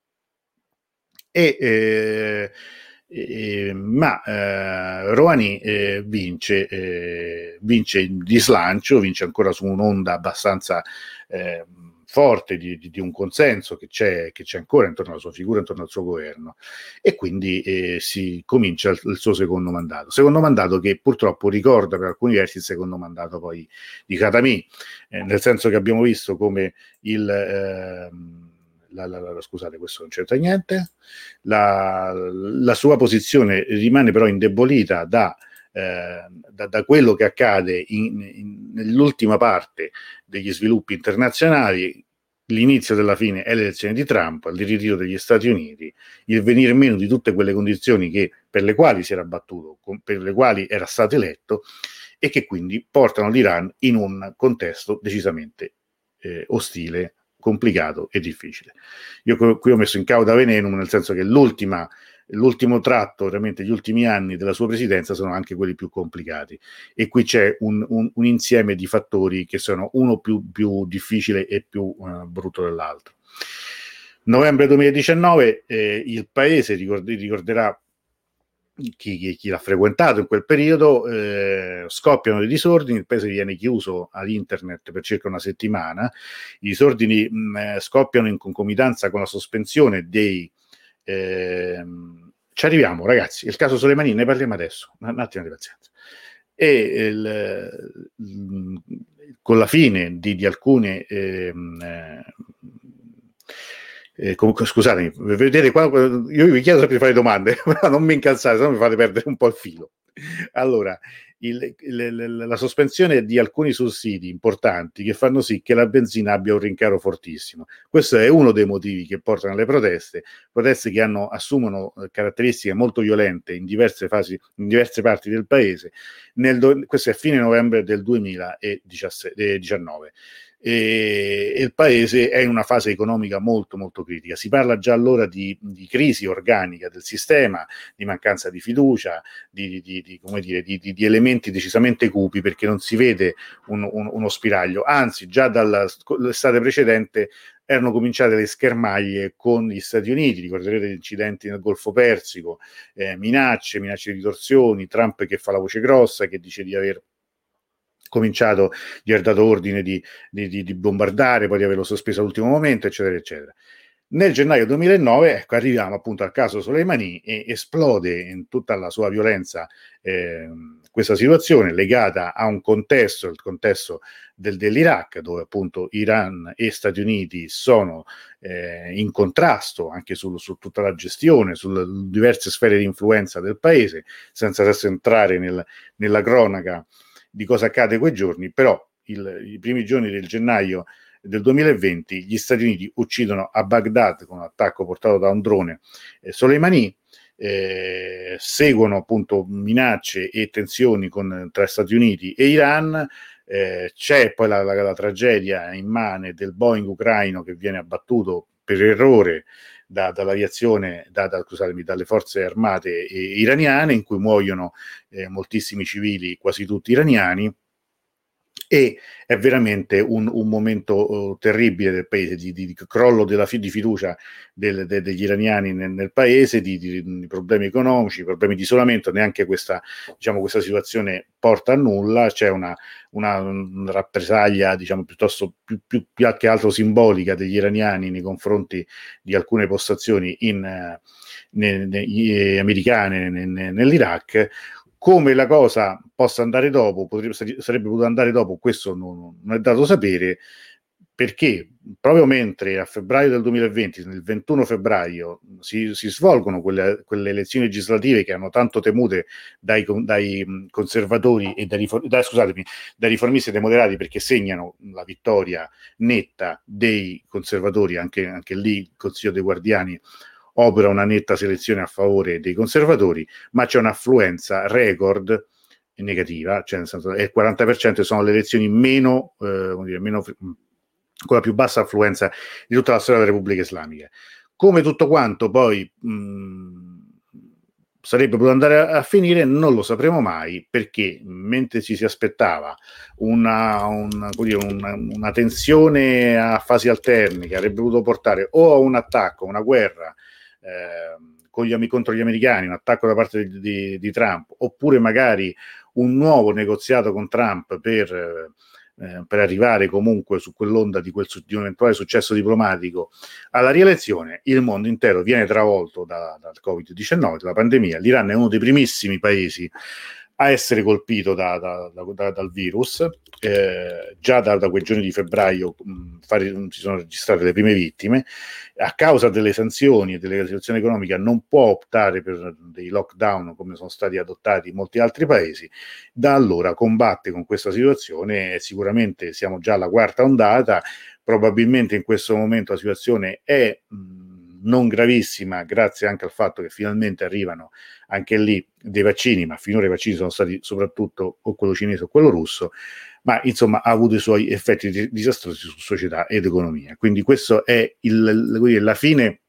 E eh, eh, ma eh, Rouhani eh, vince eh, vince di slancio, vince ancora su un'onda abbastanza eh, forte di, di, di un consenso che c'è, che c'è ancora intorno alla sua figura, intorno al suo governo, e quindi eh, si comincia il, il suo secondo mandato. Secondo mandato che purtroppo ricorda per alcuni versi il secondo mandato poi di Khatami, eh, nel senso che abbiamo visto come il... Eh, La, la, la, scusate, questo non c'entra niente. La, la sua posizione rimane però indebolita da, eh, da, da quello che accade in, in, nell'ultima parte degli sviluppi internazionali. L'inizio della fine è l'elezione di Trump, il ritiro degli Stati Uniti, il venir meno di tutte quelle condizioni che, per le quali si era battuto, per le quali era stato eletto, e che quindi portano l'Iran in un contesto decisamente eh, ostile, complicato e difficile. Io qui ho messo in cauda venenum, nel senso che l'ultima, l'ultimo tratto, veramente gli ultimi anni della sua presidenza sono anche quelli più complicati, e qui c'è un, un, un insieme di fattori che sono uno più, più difficile e più uh, brutto dell'altro. Novembre duemiladiciannove, eh, il paese, ricordi, ricorderà Chi, chi, chi l'ha frequentato in quel periodo, eh, scoppiano dei disordini, il paese viene chiuso ad internet per circa una settimana, i disordini mh, scoppiano in concomitanza con la sospensione dei... Eh, ci arriviamo ragazzi, il caso Soleimani, ne parliamo adesso, un attimo di pazienza. E il, mh, con la fine di, di alcune... Eh, Eh, comunque, scusatemi, vedete qua, io vi chiedo sempre di fare domande, ma non mi incazzate, se no mi fate perdere un po' il filo. Allora, il, il, la sospensione di alcuni sussidi importanti che fanno sì che la benzina abbia un rincaro fortissimo. Questo è uno dei motivi che portano alle proteste, proteste che hanno, assumono caratteristiche molto violente in diverse fasi, in diverse parti del paese. Nel, questo è fine novembre del duemiladiciannove. E il paese è in una fase economica molto molto critica. Si parla già allora di, di crisi organica del sistema, di mancanza di fiducia, di, di, di, come dire, di, di, di elementi decisamente cupi, perché non si vede un, un, uno spiraglio. Anzi, già dall'estate precedente erano cominciate le schermaglie con gli Stati Uniti, ricorderete gli incidenti nel Golfo Persico, eh, minacce, minacce di torsioni, Trump che fa la voce grossa, che dice di aver cominciato, gli ha dato ordine di, di, di, di bombardare, poi di averlo sospeso all'ultimo momento, eccetera, eccetera. Nel gennaio duemilanove, ecco, arriviamo appunto al caso Soleimani e esplode in tutta la sua violenza eh, questa situazione legata a un contesto, il contesto del, dell'Iraq, dove appunto Iran e Stati Uniti sono eh, in contrasto anche su, su tutta la gestione, sulle diverse sfere di influenza del paese, senza adesso entrare nel, nella cronaca di cosa accade quei giorni, però il, i primi giorni del gennaio del duemilaventi gli Stati Uniti uccidono a Baghdad con un attacco portato da un drone eh, Soleimani, eh, seguono appunto minacce e tensioni con, tra Stati Uniti e Iran, eh, c'è poi la, la, la tragedia immane del Boeing ucraino che viene abbattuto per errore da, dall'aviazione, da, da, scusatemi, dalle forze armate eh, iraniane, in cui muoiono eh, moltissimi civili, quasi tutti iraniani. E è veramente un, un momento uh, terribile del paese, di, di, di crollo della fi, di fiducia del, de, degli iraniani nel, nel paese, di, di, di problemi economici, problemi di isolamento. Neanche questa, diciamo, questa situazione porta a nulla, c'è una, una, una rappresaglia, diciamo, piuttosto più, più, più che altro simbolica degli iraniani nei confronti di alcune postazioni in, uh, ne, ne, eh, americane ne, ne, nell'Iraq. Come la cosa possa andare dopo, potrebbe, sarebbe potuto andare dopo, questo non, non è dato sapere, perché proprio mentre a febbraio del duemilaventi, nel ventuno febbraio, si, si svolgono quelle, quelle elezioni legislative che hanno tanto temute dai, dai conservatori e dai, dai, scusatemi, dai riformisti e dai moderati, perché segnano la vittoria netta dei conservatori, anche, anche lì il Consiglio dei Guardiani opera una netta selezione a favore dei conservatori, ma c'è un'affluenza record negativa, cioè nel senso è il quaranta per cento, sono le elezioni meno, eh, come dire, meno, con la più bassa affluenza di tutta la storia della Repubblica Islamica. Come tutto quanto poi mh, sarebbe potuto andare a, a finire non lo sapremo mai, perché mentre ci si aspettava una, una, dire, una, una tensione a fasi alterne che avrebbe potuto portare o a un attacco, una guerra Eh, con gli, contro gli americani, un attacco da parte di, di, di Trump, oppure magari un nuovo negoziato con Trump per, eh, per arrivare comunque su quell'onda di, quel, di un eventuale successo diplomatico alla rielezione, il mondo intero viene travolto da, dal covid diciannove, dalla pandemia. L'Iran è uno dei primissimi paesi a essere colpito da, da, da, da, dal virus, eh, già da, da quei giorni di febbraio mh, fare, si sono registrate le prime vittime. A causa delle sanzioni e delle situazioni economiche non può optare per dei lockdown come sono stati adottati in molti altri paesi. Da allora combatte con questa situazione, sicuramente siamo già alla quarta ondata, probabilmente in questo momento la situazione è mh, non gravissima, grazie anche al fatto che finalmente arrivano anche lì dei vaccini, ma finora i vaccini sono stati soprattutto o quello cinese o quello russo, ma insomma ha avuto i suoi effetti disastrosi su società ed economia. Quindi questo è il, la fine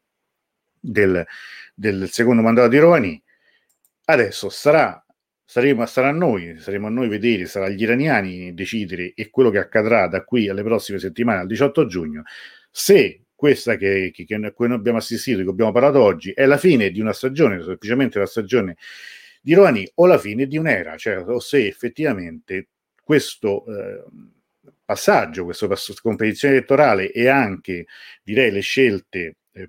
del, del secondo mandato di Rouhani. Adesso sarà, saremo, sarà a noi, saremo a noi vedere, sarà agli iraniani decidere, e quello che accadrà da qui alle prossime settimane, al diciotto giugno, se questa che, che, che a cui noi abbiamo assistito, di cui abbiamo parlato oggi, è la fine di una stagione, semplicemente la stagione di Rouhani, o la fine di un'era, cioè o se effettivamente questo eh, passaggio, questa pass- competizione elettorale e anche, direi, le scelte eh,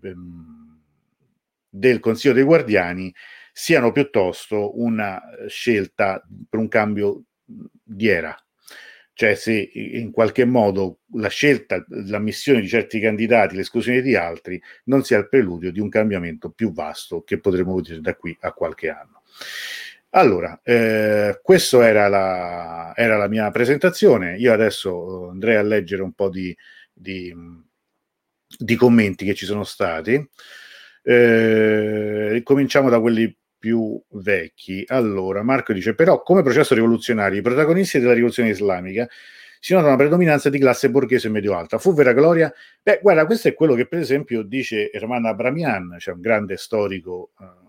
del Consiglio dei Guardiani siano piuttosto una scelta per un cambio di era. Cioè se in qualche modo la scelta, l'ammissione di certi candidati, l'esclusione di altri, non sia il preludio di un cambiamento più vasto che potremo vedere da qui a qualche anno. Allora, eh, questa era la, era la mia presentazione. Io adesso andrei a leggere un po' di, di, di commenti che ci sono stati. Eh, cominciamo da quelli più vecchi. Allora, Marco dice: però come processo rivoluzionario i protagonisti della rivoluzione islamica si nota una predominanza di classe borghese medio-alta. Fu vera gloria? Beh, guarda, questo è quello che per esempio dice Erman Abramian, cioè un grande storico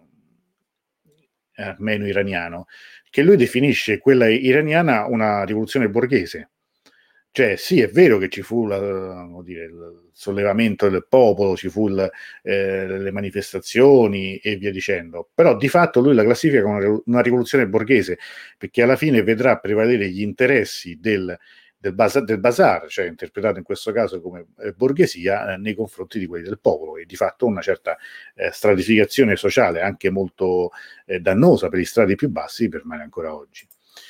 eh, armeno iraniano, che lui definisce quella iraniana una rivoluzione borghese. Cioè, sì, è vero che ci fu la, dire, il sollevamento del popolo, ci fu il, eh, le manifestazioni e via dicendo, però di fatto lui la classifica come una, una rivoluzione borghese, perché alla fine vedrà prevalere gli interessi del, del, bazar, del bazar, cioè interpretato in questo caso come eh, borghesia, eh, nei confronti di quelli del popolo, e di fatto una certa eh, stratificazione sociale, anche molto eh, dannosa per gli strati più bassi, permane ancora oggi.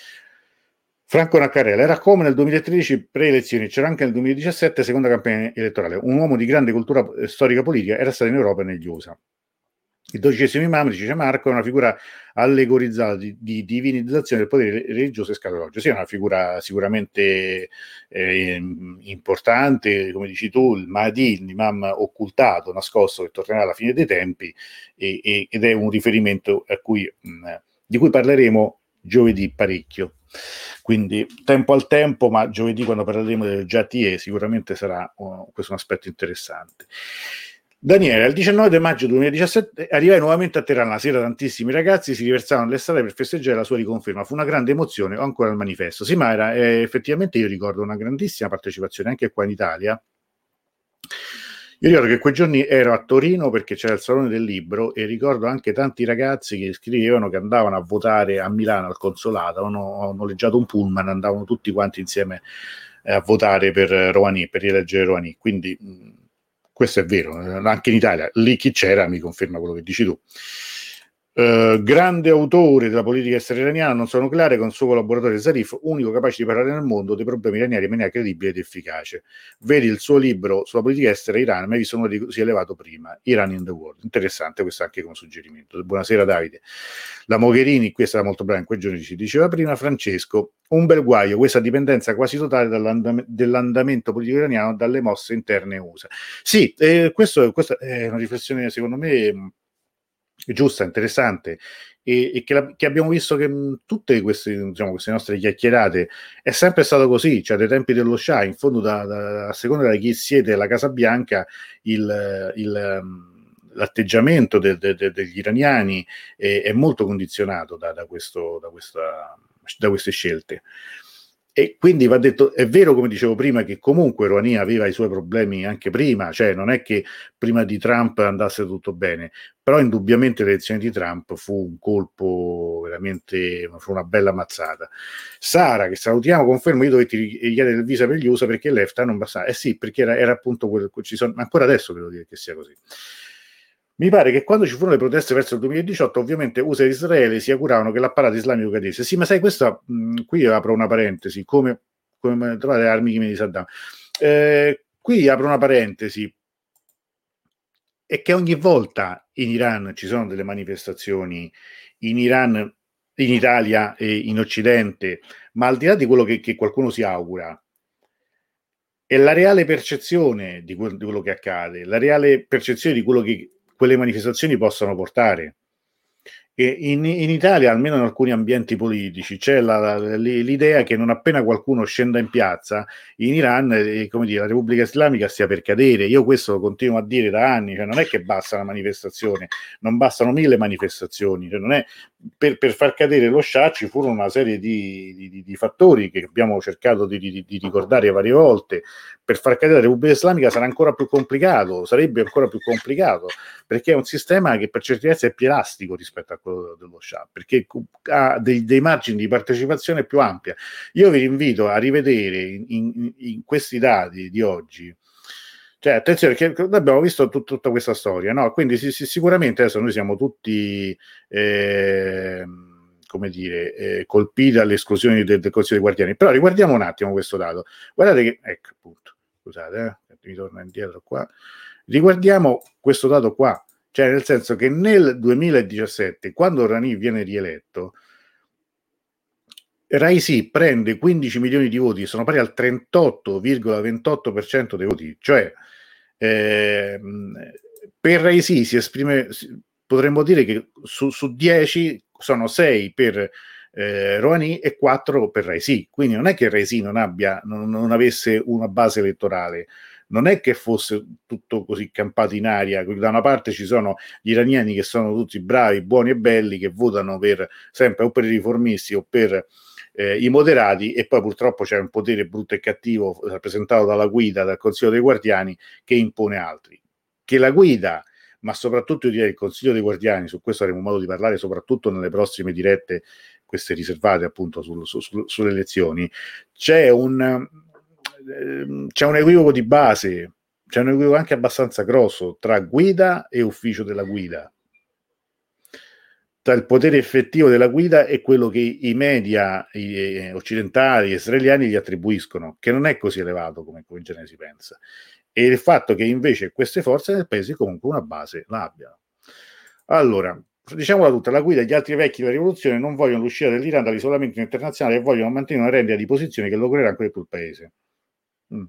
Franco Naccarella: era come nel duemilatredici pre-elezioni, c'era anche nel duemiladiciassette seconda campagna elettorale. Un uomo di grande cultura storica politica, era stato in Europa e negli U S A. Il dodicesimo imam, dice Marco, è una figura allegorizzata di, di divinizzazione del potere religioso e scatologico. Sì, è una figura sicuramente eh, importante, come dici tu, il Mahdi, l'imam occultato, nascosto, che tornerà alla fine dei tempi, e, e, ed è un riferimento a cui, mh, di cui parleremo giovedì parecchio. Quindi tempo al tempo, ma giovedì, quando parleremo del G A T E, sicuramente sarà uh, questo un aspetto interessante. Daniele: il diciannove maggio duemiladiciassette arrivai nuovamente a Teheran. La sera tantissimi ragazzi si riversavano nelle strade per festeggiare la sua riconferma. Fu una grande emozione, ho ancora il manifesto. Sì, ma era eh, effettivamente, io ricordo una grandissima partecipazione anche qua in Italia. Io ricordo che quei giorni ero a Torino perché c'era il Salone del Libro, e ricordo anche tanti ragazzi che scrivevano che andavano a votare a Milano al consolato, hanno noleggiato un pullman, andavano tutti quanti insieme eh, a votare per Rouhani, per rieleggere Rouhani. Quindi mh, questo è vero, anche in Italia, lì chi c'era mi conferma quello che dici tu. Uh, grande autore della politica estera iraniana non solo nucleare, con il suo collaboratore Zarif, unico capace di parlare nel mondo dei problemi iraniani in maniera credibile ed efficace. Vedi il suo libro sulla politica estera iraniana, mai visto uno di così elevato prima, Iran in the World. Interessante questo anche come suggerimento. Buonasera Davide. La Mogherini, questa era molto brava in quei giorni, ci diceva prima Francesco. Un bel guaio questa dipendenza quasi totale dall'andam- dell'andamento politico iraniano dalle mosse interne U S A. Sì, eh, questo, questa è una riflessione secondo me giusta, interessante, e, e che, la, che abbiamo visto che mh, tutte queste, diciamo, queste nostre chiacchierate è sempre stato così, cioè dai tempi dello Shah, in fondo da, da, a seconda da chi siede alla Casa Bianca, il, il, l'atteggiamento de, de, de, degli iraniani è, è molto condizionato da, da, questo, da, questa, da queste scelte. E quindi va detto, è vero come dicevo prima che comunque Rouhani aveva i suoi problemi anche prima, cioè non è che prima di Trump andasse tutto bene, però indubbiamente l'elezione di Trump fu un colpo veramente, fu una bella mazzata. Sara, che salutiamo, confermo, io dovetti richiedere il visa per gli U S A perché l'EFTA non bastava. Eh sì, perché era, era appunto quello, ci sono, ma ancora adesso devo dire che sia così. Mi pare che quando ci furono le proteste verso il duemiladiciotto, ovviamente U S A e Israele si auguravano che l'apparato islamico cadesse. Sì, ma sai, questo, mh, qui apro una parentesi, come, come trovate le armi chimiche di Saddam. Eh, qui apro una parentesi, è che ogni volta in Iran ci sono delle manifestazioni, in Iran, in Italia e in Occidente, ma al di là di quello che, che qualcuno si augura, è la reale percezione di, que- di quello che accade, la reale percezione di quello che quelle manifestazioni possano portare. E in, in Italia, almeno in alcuni ambienti politici, c'è la, la, l'idea che non appena qualcuno scenda in piazza in Iran, eh, come dire, la Repubblica Islamica stia per cadere. Io questo lo continuo a dire da anni, cioè non è che basta una manifestazione, non bastano mille manifestazioni, cioè non è, per, per far cadere lo Shah ci furono una serie di, di, di fattori che abbiamo cercato di, di, di ricordare varie volte. Per far cadere la Repubblica Islamica sarà ancora più complicato, sarebbe ancora più complicato, perché è un sistema che per certi versi è più elastico rispetto a quello dello Shah, perché ha dei, dei margini di partecipazione più ampia. Io vi invito a rivedere in, in, in questi dati di oggi, cioè attenzione, perché noi abbiamo visto tut, tutta questa storia, no? Quindi sì, sì, sicuramente adesso noi siamo tutti eh, come dire, eh, colpiti dalle esclusioni del, del Consiglio dei Guardiani, però riguardiamo un attimo questo dato. Guardate che, ecco appunto, scusate, eh, mi torno indietro qua. Riguardiamo questo dato qua, cioè nel senso che nel duemiladiciassette, quando Rouhani viene rieletto, Raisi prende quindici milioni di voti, sono pari al trentotto virgola ventotto per cento dei voti, cioè eh, per Raisi si esprime, potremmo dire che su, su dieci sono sei per eh, Rouhani e quattro per Raisi, quindi non è che Raisi non abbia, non, non avesse una base elettorale, non è che fosse tutto così campato in aria. Da una parte ci sono gli iraniani che sono tutti bravi, buoni e belli, che votano per, sempre o per i riformisti o per eh, i moderati, e poi purtroppo c'è un potere brutto e cattivo rappresentato dalla guida, dal Consiglio dei Guardiani, che impone altri. Che la guida, ma soprattutto io direi il Consiglio dei Guardiani, su questo avremo modo di parlare soprattutto nelle prossime dirette, queste riservate appunto sul, su, su, sulle elezioni, c'è un eh, c'è un equivoco di base, c'è un equivoco anche abbastanza grosso tra guida e ufficio della guida, tra il potere effettivo della guida e quello che i media i, occidentali e israeliani gli attribuiscono, che non è così elevato come, come in genere si pensa, e il fatto che invece queste forze del paese comunque una base l'abbiano. Allora, diciamola tutta, la guida e gli altri vecchi della rivoluzione non vogliono l'uscita dell'Iran dall'isolamento internazionale e vogliono mantenere una rendita di posizione che logorerà ancora più il paese. Mm.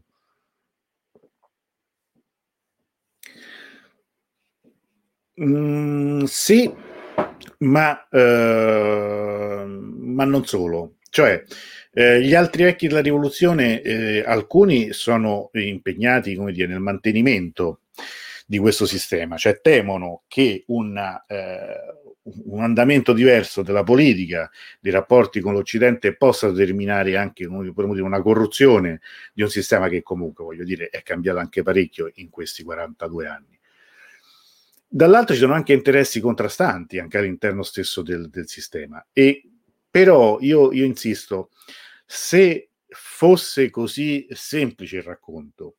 Mm, sì, ma, eh, ma non solo. Cioè, eh, gli altri vecchi della rivoluzione, eh, alcuni sono impegnati, come dire, nel mantenimento di questo sistema, cioè temono che una, eh, un andamento diverso della politica, dei rapporti con l'Occidente possa determinare anche, come dire, una corruzione di un sistema che comunque, voglio dire, è cambiato anche parecchio in questi quarantadue anni. Dall'altro ci sono anche interessi contrastanti anche all'interno stesso del, del sistema. E però io, io insisto, se fosse così semplice il racconto,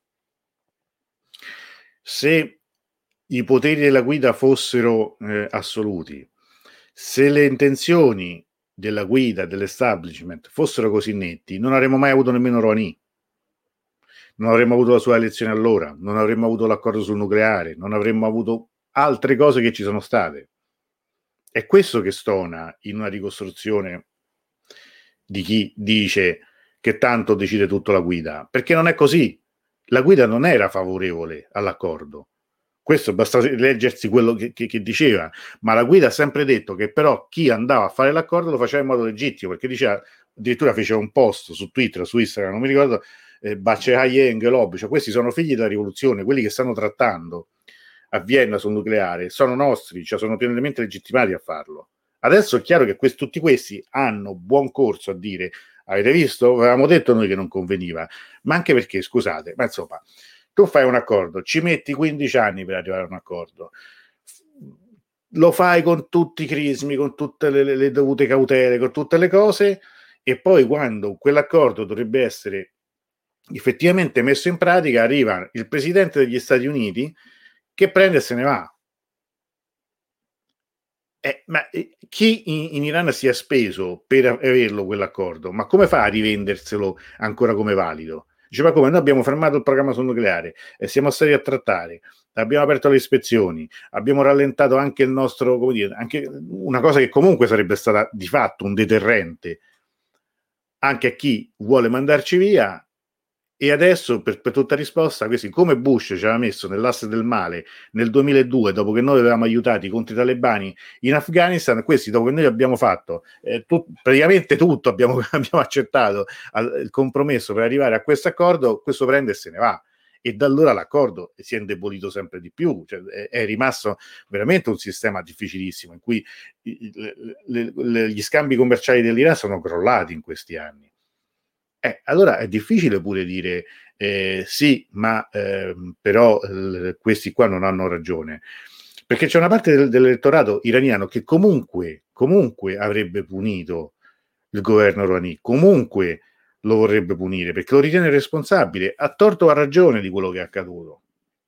se i poteri della guida fossero eh, assoluti, se le intenzioni della guida, dell'establishment fossero così netti, non avremmo mai avuto nemmeno Rouhani, non avremmo avuto la sua elezione allora, non avremmo avuto l'accordo sul nucleare, non avremmo avuto altre cose che ci sono state. È questo che stona in una ricostruzione di chi dice che tanto decide tutto la guida, perché non è così. La guida non era favorevole all'accordo. Questo basta leggersi quello che, che, che diceva, ma la guida ha sempre detto che però chi andava a fare l'accordo lo faceva in modo legittimo, perché diceva, addirittura feceva un post su Twitter, su Instagram, non mi ricordo, eh, Bacehaye e Engelob, cioè questi sono figli della rivoluzione, quelli che stanno trattando a Vienna sul nucleare, sono nostri, cioè sono pienamente legittimati a farlo. Adesso è chiaro che questi, tutti questi hanno buon corso a dire, avete visto, avevamo detto noi che non conveniva, ma anche perché, scusate, ma insomma, tu fai un accordo, ci metti quindici anni per arrivare a un accordo, lo fai con tutti i crismi, con tutte le, le dovute cautele, con tutte le cose, e poi quando quell'accordo dovrebbe essere effettivamente messo in pratica, arriva il presidente degli Stati Uniti che prende e se ne va. Eh, ma eh, chi in, in Iran si è speso per averlo quell'accordo, ma come fa a rivenderselo ancora come valido? Dice, ma come? Noi abbiamo fermato il programma sul nucleare e siamo stati a trattare, abbiamo aperto le ispezioni, abbiamo rallentato anche il nostro, come dire, anche una cosa che comunque sarebbe stata di fatto un deterrente anche a chi vuole mandarci via. E adesso, per, per tutta risposta, questi, come Bush ci aveva messo nell'asse del male nel duemiladue, dopo che noi avevamo aiutati contro i talebani in Afghanistan, questi, dopo che noi abbiamo fatto eh, tu, praticamente tutto, abbiamo, abbiamo accettato al, il compromesso per arrivare a questo accordo, questo prende e se ne va. E da allora l'accordo si è indebolito sempre di più, cioè è, è rimasto veramente un sistema difficilissimo in cui le, le, le, gli scambi commerciali dell'Iran sono crollati in questi anni. Eh, allora è difficile pure dire eh, sì, ma eh, però eh, questi qua non hanno ragione, perché c'è una parte del, dell'elettorato iraniano che comunque, comunque avrebbe punito il governo Rouhani, comunque lo vorrebbe punire, perché lo ritiene responsabile, a torto o a ragione, di quello che è accaduto.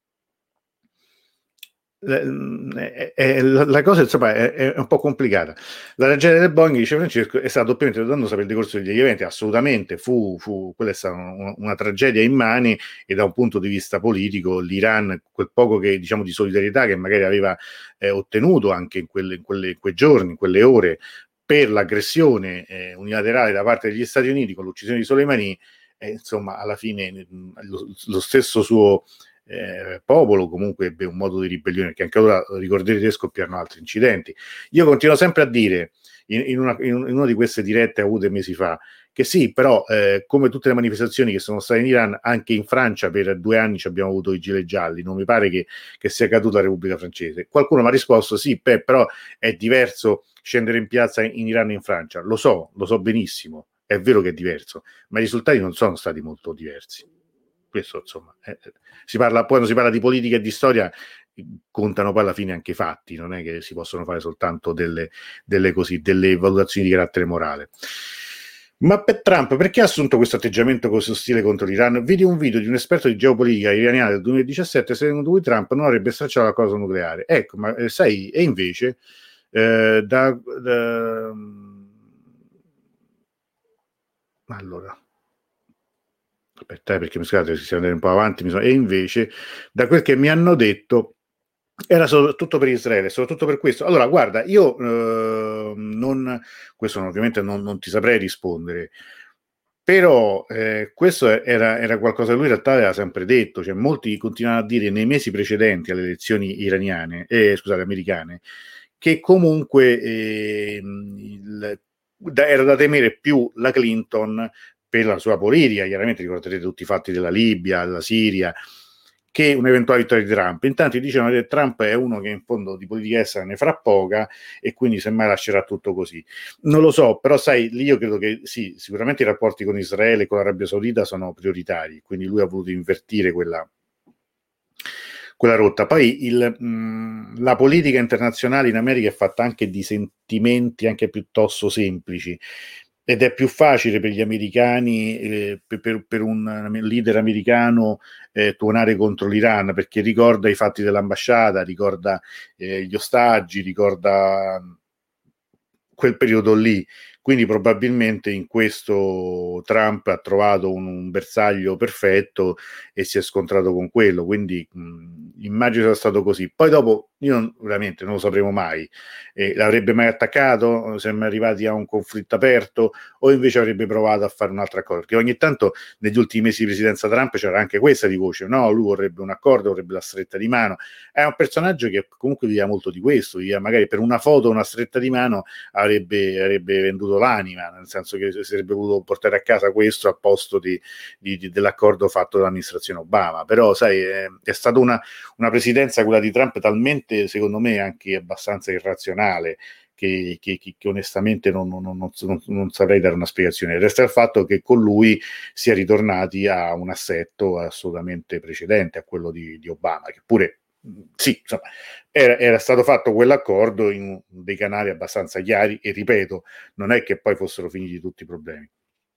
Eh, eh, la, la cosa insomma è, è un po' complicata. La tragedia del Boeing, dice Francesco, è stata doppiamente dannosa per il decorso degli eventi. Assolutamente fu, fu quella è stata una, una tragedia immane, e da un punto di vista politico l'Iran, quel poco che diciamo di solidarietà che magari aveva eh, ottenuto anche in, quelle, in, quelle, in quei giorni, in quelle ore, per l'aggressione eh, unilaterale da parte degli Stati Uniti con l'uccisione di Soleimani, eh, insomma alla fine lo, lo stesso suo Eh, popolo comunque ebbe un modo di ribellione, che anche allora ricorderete scoppiarono altri incidenti. Io continuo sempre a dire in, in, una, in una di queste dirette avute mesi fa che sì, però eh, come tutte le manifestazioni che sono state in Iran, anche in Francia per due anni ci abbiamo avuto i gilet gialli, non mi pare che, che sia caduta la Repubblica Francese. Qualcuno mi ha risposto sì, beh, però è diverso scendere in piazza in, in Iran e in Francia. Lo so, lo so benissimo, è vero che è diverso, ma i risultati non sono stati molto diversi. Questo insomma eh, si parla, quando si parla di politica e di storia contano poi alla fine anche i fatti, non è che si possono fare soltanto delle, delle, così, delle valutazioni di carattere morale. Ma per Trump, perché ha assunto questo atteggiamento così ostile contro l'Iran? Vedi un video di un esperto di geopolitica iraniana del duemiladiciassette secondo cui Trump non avrebbe stracciato la cosa nucleare. Ecco, ma eh, sai, e invece eh, da, da... allora aspetta, eh, perché mi scusate, si siamo andati un po' avanti, mi so... e invece da quel che mi hanno detto era soprattutto per Israele, soprattutto per questo. Allora, guarda, io eh, non, questo ovviamente non, non ti saprei rispondere, però eh, questo era, era qualcosa che lui in realtà aveva sempre detto, cioè molti continuavano a dire nei mesi precedenti alle elezioni iraniane, eh, scusate, americane, che comunque eh, il, da, era da temere più la Clinton per la sua politica, chiaramente ricorderete tutti i fatti della Libia, della Siria, che un'eventuale vittoria di Trump. Intanto dicevano che Trump è uno che in fondo di politica estera ne farà poca e quindi semmai lascerà tutto così. Non lo so, però sai, lì io credo che sì, sicuramente i rapporti con Israele e con l'Arabia Saudita sono prioritari, quindi lui ha voluto invertire quella, quella rotta. Poi il, mh, la politica internazionale in America è fatta anche di sentimenti anche piuttosto semplici ed è più facile per gli americani, eh, per, per, per, un leader americano eh, tuonare contro l'Iran perché ricorda i fatti dell'ambasciata, ricorda eh, gli ostaggi, ricorda quel periodo lì. Quindi probabilmente in questo Trump ha trovato un, un bersaglio perfetto e si è scontrato con quello, quindi mh, immagino sia stato così. Poi dopo, io non, veramente non lo sapremo mai, eh, l'avrebbe mai attaccato, siamo arrivati a un conflitto aperto o invece avrebbe provato a fare un'altra cosa, perché ogni tanto negli ultimi mesi di presidenza Trump c'era anche questa di voce, no, lui vorrebbe un accordo, vorrebbe la stretta di mano, è un personaggio che comunque viveva molto di questo, viveva magari per una foto, una stretta di mano avrebbe, avrebbe venduto l'anima, nel senso che si sarebbe voluto portare a casa questo al posto di, di, di, dell'accordo fatto dall'amministrazione Obama. Però, sai, è, è stata una, una presidenza, quella di Trump, talmente, secondo me, anche abbastanza irrazionale. Che, che, che onestamente non, non, non, non, non saprei dare una spiegazione. Resta il fatto che con lui si è ritornati a un assetto assolutamente precedente a quello di, di Obama, che pure sì, insomma, era, era stato fatto quell'accordo in dei canali abbastanza chiari e ripeto, non è che poi fossero finiti tutti i problemi.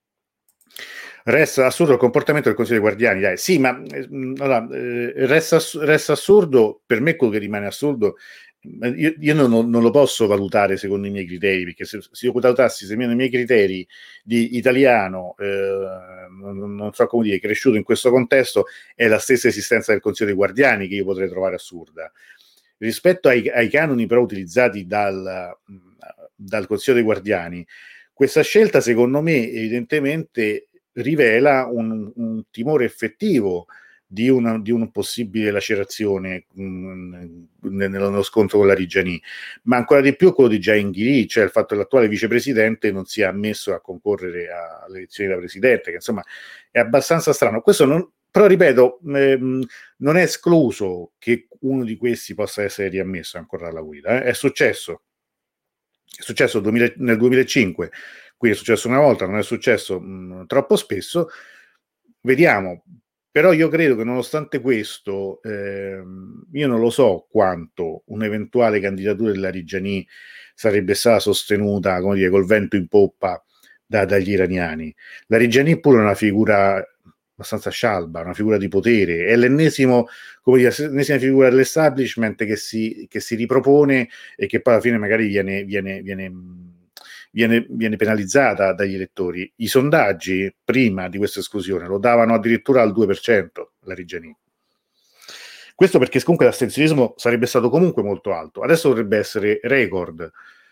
Resta assurdo il comportamento del Consiglio dei Guardiani, dai. Sì, ma eh, allora, eh, resta, resta assurdo, per me quello che rimane assurdo, io, io non, non lo posso valutare secondo i miei criteri, perché se, se io valutassi secondo i miei criteri di italiano, eh, non, non so come dire, cresciuto in questo contesto, è la stessa esistenza del Consiglio dei Guardiani che io potrei trovare assurda. Rispetto ai, ai canoni però utilizzati dal, dal Consiglio dei Guardiani, questa scelta secondo me evidentemente rivela un, un timore effettivo di una, di una possibile lacerazione mh, nello scontro con la Reggiani, ma ancora di più quello di Jain Ghiri, cioè il fatto che l'attuale vicepresidente non sia ammesso a concorrere alle elezioni da presidente, che insomma è abbastanza strano. Questo non, però ripeto, ehm, non è escluso che uno di questi possa essere riammesso ancora alla guida. Eh? È successo, è successo duemila, nel duemilacinque, quindi è successo una volta, non è successo mh, troppo spesso. Vediamo, però io credo che nonostante questo, ehm, io non lo so quanto un'eventuale candidatura della Reggiani sarebbe stata sostenuta, come dire, col vento in poppa da, dagli iraniani. La Reggiani pure è una figura abbastanza scialba, una figura di potere, è l'ennesimo, come dire, l'ennesima figura dell'establishment che si, che si ripropone e che poi alla fine magari viene, viene, viene Viene, viene penalizzata dagli elettori. I sondaggi prima di questa esclusione lo davano addirittura al due per cento la Reggiani. Questo perché comunque l'astensionismo sarebbe stato comunque molto alto, adesso dovrebbe essere record.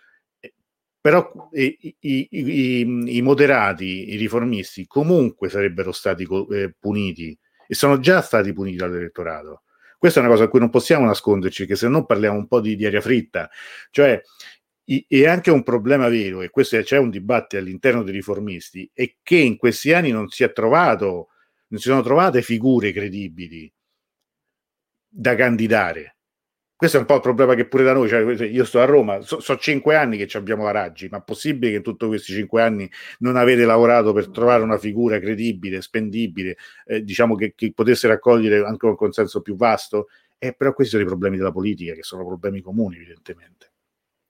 Però i, i, i, i moderati, i riformisti comunque sarebbero stati eh, puniti e sono già stati puniti dall'elettorato. Questa è una cosa a cui non possiamo nasconderci, che se non parliamo un po' di, di aria fritta, cioè è anche un problema vero, e questo c'è un dibattito all'interno dei riformisti, è che in questi anni non si è trovato, non si sono trovate figure credibili da candidare. Questo è un po' il problema che pure da noi, cioè, io sto a Roma, so, so cinque anni che abbiamo la Raggi, ma è possibile che in tutti questi cinque anni non avete lavorato per trovare una figura credibile, spendibile, eh, diciamo che, che potesse raccogliere anche un consenso più vasto? Eh, però questi sono i problemi della politica, che sono problemi comuni evidentemente.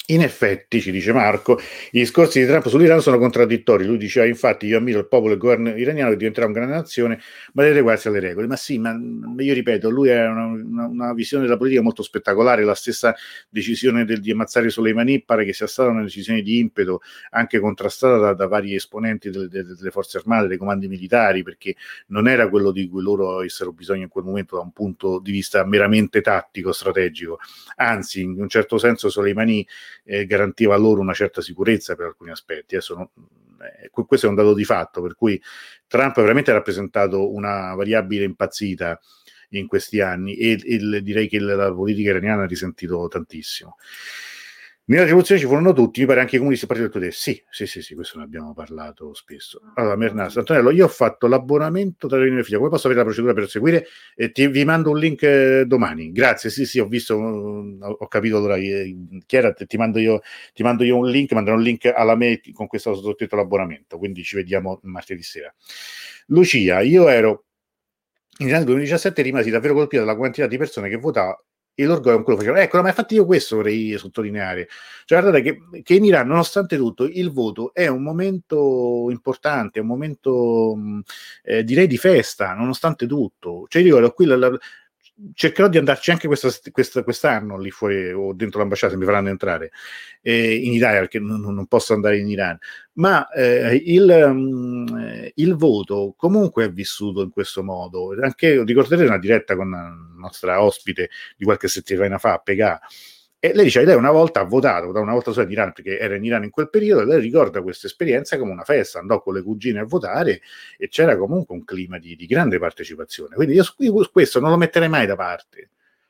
In effetti, ci dice Marco, i discorsi di Trump sull'Iran sono contraddittori. Lui diceva, infatti, io ammiro il popolo e il governo iraniano che diventerà una grande nazione, ma deve adeguarsi alle regole. Ma sì, ma io ripeto, lui ha una, una, una visione della politica molto spettacolare. La stessa decisione del, di ammazzare Soleimani pare che sia stata una decisione di impeto, anche contrastata da, da vari esponenti delle, delle, delle forze armate, dei comandi militari, perché non era quello di cui loro avessero bisogno in quel momento da un punto di vista meramente tattico, strategico. Anzi, in un certo senso Soleimani Eh, garantiva loro una certa sicurezza per alcuni aspetti. Adesso non, eh, questo è un dato di fatto, per cui Trump veramente ha rappresentato una variabile impazzita in questi anni e, e direi che la politica iraniana ha risentito tantissimo. Nella rivoluzione ci furono tutti, mi pare anche i comunisti del partito tedesco. Sì, sì, sì, sì, questo ne abbiamo parlato spesso. Allora, Mernas, Antonello, io ho fatto l'abbonamento tra le mie figlie, come posso avere la procedura per seguire? E ti, vi mando un link eh, domani. Grazie, sì, sì, ho visto, uh, ho capito allora eh, Chiara, ti mando io, ti mando io un link, manderò un link alla mail con questo sottoscritto l'abbonamento, quindi ci vediamo martedì sera. Lucia, io ero in Iran nel duemiladiciassette, rimasi davvero colpita dalla quantità di persone che votava e l'orgoglio con quello facevano. Ecco, ma infatti io questo vorrei sottolineare. Cioè, guardate che, che in Iran, nonostante tutto, il voto è un momento importante, è un momento, eh, direi, di festa, nonostante tutto. Cioè, io ricordo qui la, la, cercherò di andarci anche questa, questa, quest'anno lì fuori o dentro l'ambasciata, se mi faranno entrare eh, in Italia, perché non, non posso andare in Iran. Ma eh, il, um, il voto comunque è vissuto in questo modo. Anche ricorderete una diretta con la nostra ospite di qualche settimana fa a Pegà, e lei dice: lei una volta ha votato, da una volta sola in Iran, perché era in Iran in quel periodo, e lei ricorda questa esperienza come una festa, andò con le cugine a votare e c'era comunque un clima di, di grande partecipazione. Quindi io, io questo non lo metterei mai da parte,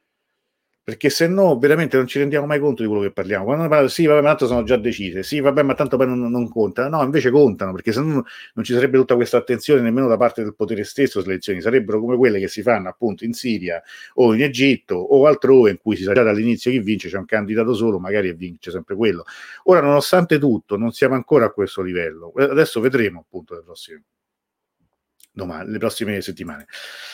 perché se no veramente non ci rendiamo mai conto di quello che parliamo. Quando parliamo, sì, vabbè, ma tanto sono già decise, sì, vabbè, ma tanto poi non, non conta. No, invece contano, perché se no non ci sarebbe tutta questa attenzione nemmeno da parte del potere stesso sulle elezioni. Sarebbero come quelle che si fanno appunto in Siria o in Egitto o altrove, in cui si sa già dall'inizio chi vince, c'è un candidato solo, magari e vince sempre quello. Ora, nonostante tutto, non siamo ancora a questo livello. Adesso vedremo appunto le prossime, domani, le prossime settimane.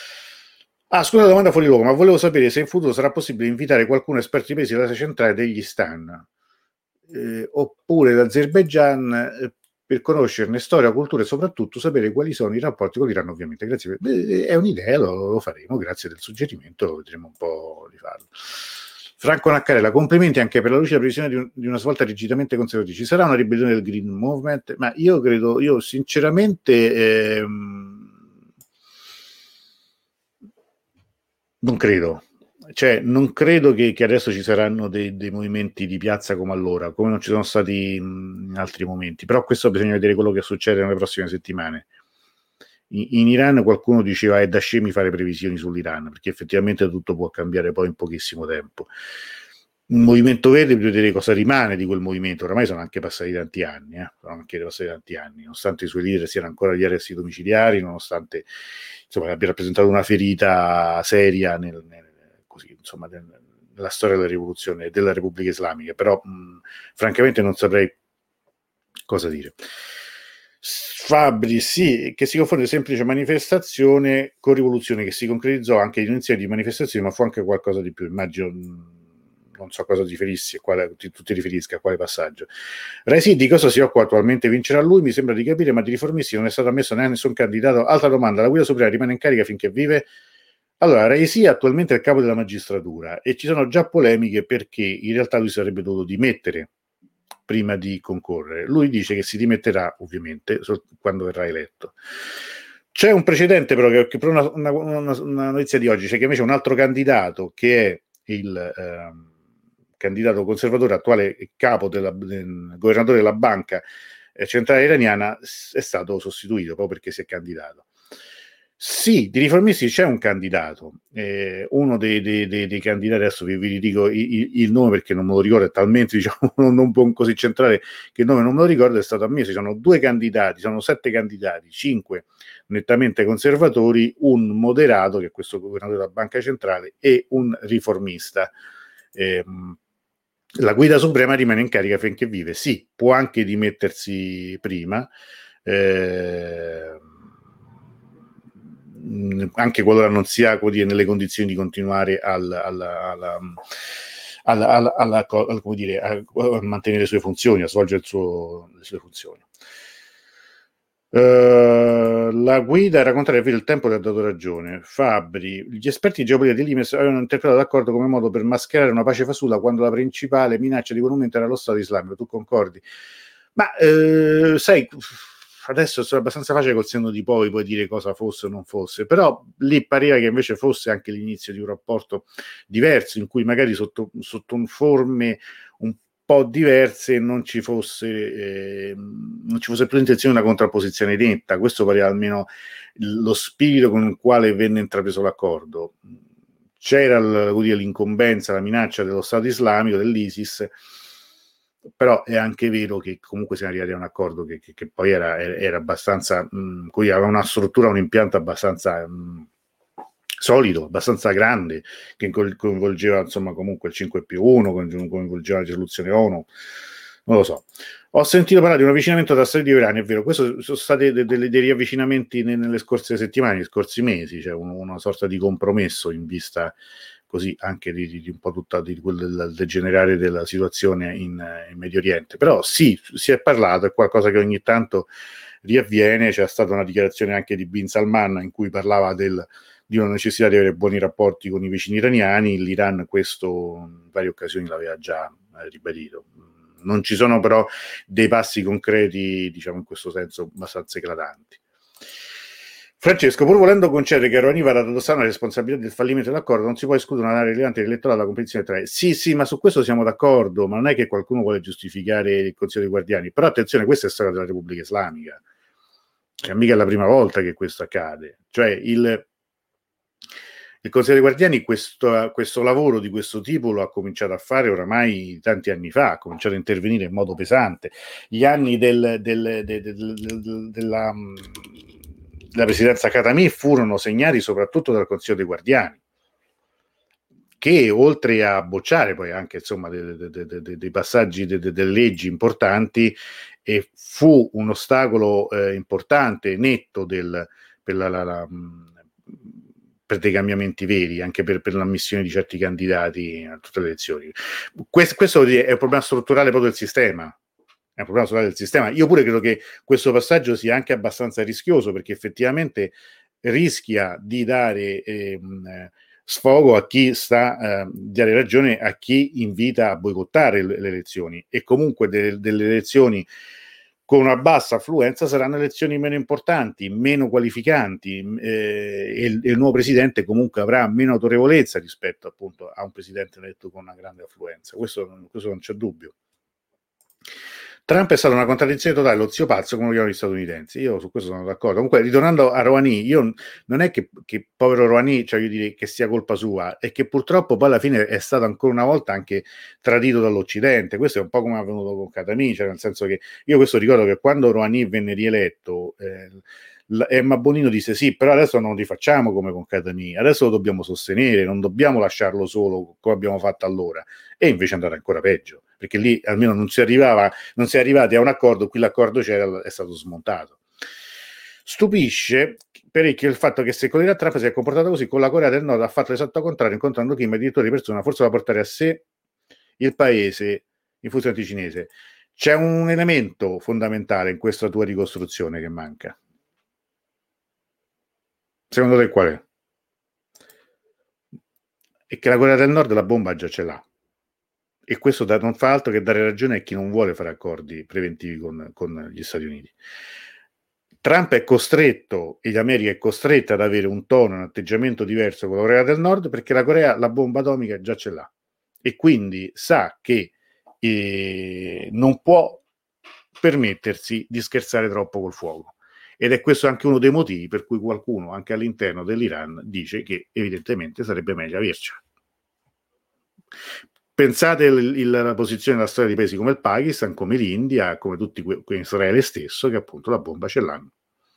Ah, scusa la domanda fuori luogo, ma volevo sapere se in futuro sarà possibile invitare qualcuno esperto di paesi dell'Asia centrale degli stan, eh, oppure l'Azerbaigian, eh, per conoscerne storia, cultura e soprattutto sapere quali sono i rapporti con l'Iran, ovviamente. Grazie, beh, è un'idea, lo, lo faremo, grazie del suggerimento, vedremo un po' di farlo. Franco Naccarella, complimenti anche per la lucida previsione di, un, di una svolta rigidamente conservatrice. Ci sarà una ribellione del Green Movement? Ma io credo, io sinceramente... Ehm, non credo, cioè non credo che, che adesso ci saranno dei, dei movimenti di piazza come allora, come non ci sono stati in, in altri momenti, però questo bisogna vedere quello che succede nelle prossime settimane. In, in Iran qualcuno diceva è da scemi fare previsioni sull'Iran, perché effettivamente tutto può cambiare poi in pochissimo tempo. Il movimento verde, bisogna vedere cosa rimane di quel movimento, oramai sono anche passati tanti anni, eh? sono anche passati tanti anni, nonostante i suoi leader siano ancora agli arresti domiciliari, nonostante insomma, abbia rappresentato una ferita seria nel, nel, così, insomma, nel, nella storia della rivoluzione della Repubblica Islamica, però mh, francamente non saprei cosa dire. Fabri, sì, che si confonde semplice manifestazione con rivoluzione, che si concretizzò anche in iniziative di manifestazione, ma fu anche qualcosa di più, immagino, non so a cosa ti riferissi, a quale, ti, tu ti riferisca, a quale passaggio. Resi, di cosa si occupa attualmente? Vincerà lui, mi sembra di capire, ma di riformisti non è stato ammesso neanche nessun candidato. Altra domanda, la guida suprema rimane in carica finché vive? Allora, Raisi attualmente è il capo della magistratura e ci sono già polemiche perché in realtà lui sarebbe dovuto dimettere prima di concorrere. Lui dice che si dimetterà ovviamente quando verrà eletto. C'è un precedente però che, che per una, una, una, una notizia di oggi c'è che invece un altro candidato che è il eh, candidato conservatore, attuale capo della, del governatore della banca centrale iraniana, è stato sostituito proprio perché si è candidato. Sì, di riformisti c'è un candidato, eh, uno dei, dei, dei, dei candidati, adesso vi, vi dico il, il nome perché non me lo ricordo, è talmente diciamo, non, non così centrale che il nome non me lo ricordo, è stato ammesso, ci sono due candidati, sono sette candidati, cinque nettamente conservatori, un moderato che è questo governatore della Banca Centrale e un riformista. Eh, la guida suprema rimane in carica finché vive, sì, può anche dimettersi prima, eh, anche qualora non sia nelle condizioni di continuare al, alla, alla, alla, alla, alla, alla, come dire, a, a mantenere le sue funzioni, a svolgere il suo, le sue funzioni. Uh, la guida era contraria, il tempo ti ha dato ragione. Fabbri, gli esperti di geopolitica di Limes avevano interpretato l'accordo come modo per mascherare una pace fasulla quando la principale minaccia di quel momento era lo Stato islamico. Tu concordi? Ma eh, sai, adesso è abbastanza facile col senno di poi puoi dire cosa fosse o non fosse, però lì pareva che invece fosse anche l'inizio di un rapporto diverso, in cui magari sotto, sotto un forme un po' diverse non ci fosse eh, non ci fosse più l'intenzione di una contrapposizione netta. Questo pareva almeno lo spirito con il quale venne intrapreso l'accordo. C'era l'incombenza, la minaccia dello Stato islamico, dell'ISIS, però è anche vero che comunque siamo arrivati a un accordo che, che, che poi era, era abbastanza mh, aveva una struttura, un impianto abbastanza mh, solido, abbastanza grande, che coinvolgeva insomma comunque il cinque più uno, coinvolgeva la risoluzione ONU, non lo so. Ho sentito parlare di un avvicinamento tra Stati Uniti e Iran, è vero, questo sono stati dei, dei, dei riavvicinamenti nelle scorse settimane, negli scorsi mesi, cioè un, una sorta di compromesso in vista così anche di, di un po' tutta di quel del degenerare della situazione in, in Medio Oriente. Però sì, si è parlato, è qualcosa che ogni tanto riavviene. C'è stata una dichiarazione anche di Bin Salman in cui parlava del, di una necessità di avere buoni rapporti con i vicini iraniani. L'Iran questo in varie occasioni l'aveva già eh, ribadito. Non ci sono però dei passi concreti, diciamo in questo senso, abbastanza eclatanti. Francesco, pur volendo concedere che Rouhani vada ad addossare la responsabilità del fallimento dell'accordo, non si può escludere una area rilevante elettorale dalla competizione tra. Sì, sì, ma su questo siamo d'accordo, ma non è che qualcuno vuole giustificare il Consiglio dei Guardiani. Però attenzione, questa è storia della Repubblica Islamica. Cioè, mica è la prima volta che questo accade. Cioè, il, il Consiglio dei Guardiani questo, questo lavoro di questo tipo lo ha cominciato a fare oramai tanti anni fa, ha cominciato a intervenire in modo pesante. Gli anni del, del, del, del, del, della... la presidenza Khatami furono segnati soprattutto dal Consiglio dei Guardiani, che oltre a bocciare poi anche insomma dei, dei, dei, dei passaggi delle de, de leggi importanti, e fu un ostacolo eh, importante, netto del, per, la, la, la, per dei cambiamenti veri, anche per, per l'ammissione di certi candidati a tutte le elezioni. Questo, questo è un problema strutturale proprio del sistema. È un problema solare del sistema. Io pure credo che questo passaggio sia anche abbastanza rischioso, perché effettivamente rischia di dare ehm, sfogo a chi sta, eh, dare ragione a chi invita a boicottare le, le elezioni, e comunque de, delle elezioni con una bassa affluenza saranno elezioni meno importanti, meno qualificanti, eh, e, il, e il nuovo presidente comunque avrà meno autorevolezza rispetto appunto a un presidente eletto con una grande affluenza. Questo, questo non c'è dubbio. Trump è stata una contraddizione totale, lo zio pazzo, come lo chiamano gli statunitensi. Io su questo sono d'accordo. Comunque, ritornando a Rouhani, io non è che, che povero Rouhani, cioè io direi che sia colpa sua, è che purtroppo poi alla fine è stato ancora una volta anche tradito dall'Occidente. Questo è un po' come è avvenuto con Khatami, cioè nel senso che io questo ricordo che quando Rouhani venne rieletto, eh, Emma Bonino disse sì, però adesso non rifacciamo come con Khatami, adesso lo dobbiamo sostenere, non dobbiamo lasciarlo solo come abbiamo fatto allora. E invece è andato ancora peggio, perché lì almeno non si arrivava, non si è arrivati a un accordo, qui l'accordo c'era, è stato smontato. Stupisce parecchio il fatto che se con il Trump si è comportato così, con la Corea del Nord ha fatto l'esatto contrario, incontrando Kim addirittura di persona, forse da portare a sé il paese in funzione anticinese. C'è un elemento fondamentale in questa tua ricostruzione che manca. Secondo te qual è? È che la Corea del Nord la bomba già ce l'ha. E questo da, non fa altro che dare ragione a chi non vuole fare accordi preventivi con, con gli Stati Uniti. Trump è costretto, e l'America è costretta ad avere un tono, un atteggiamento diverso con la Corea del Nord, perché la Corea la bomba atomica già ce l'ha. E quindi sa che eh, non può permettersi di scherzare troppo col fuoco. Ed è questo anche uno dei motivi per cui qualcuno, anche all'interno dell'Iran, dice che evidentemente sarebbe meglio avercela. Pensate il, il, la posizione della storia di paesi come il Pakistan, come l'India, come tutti que- Israele stesso, che appunto la bomba ce l'hanno.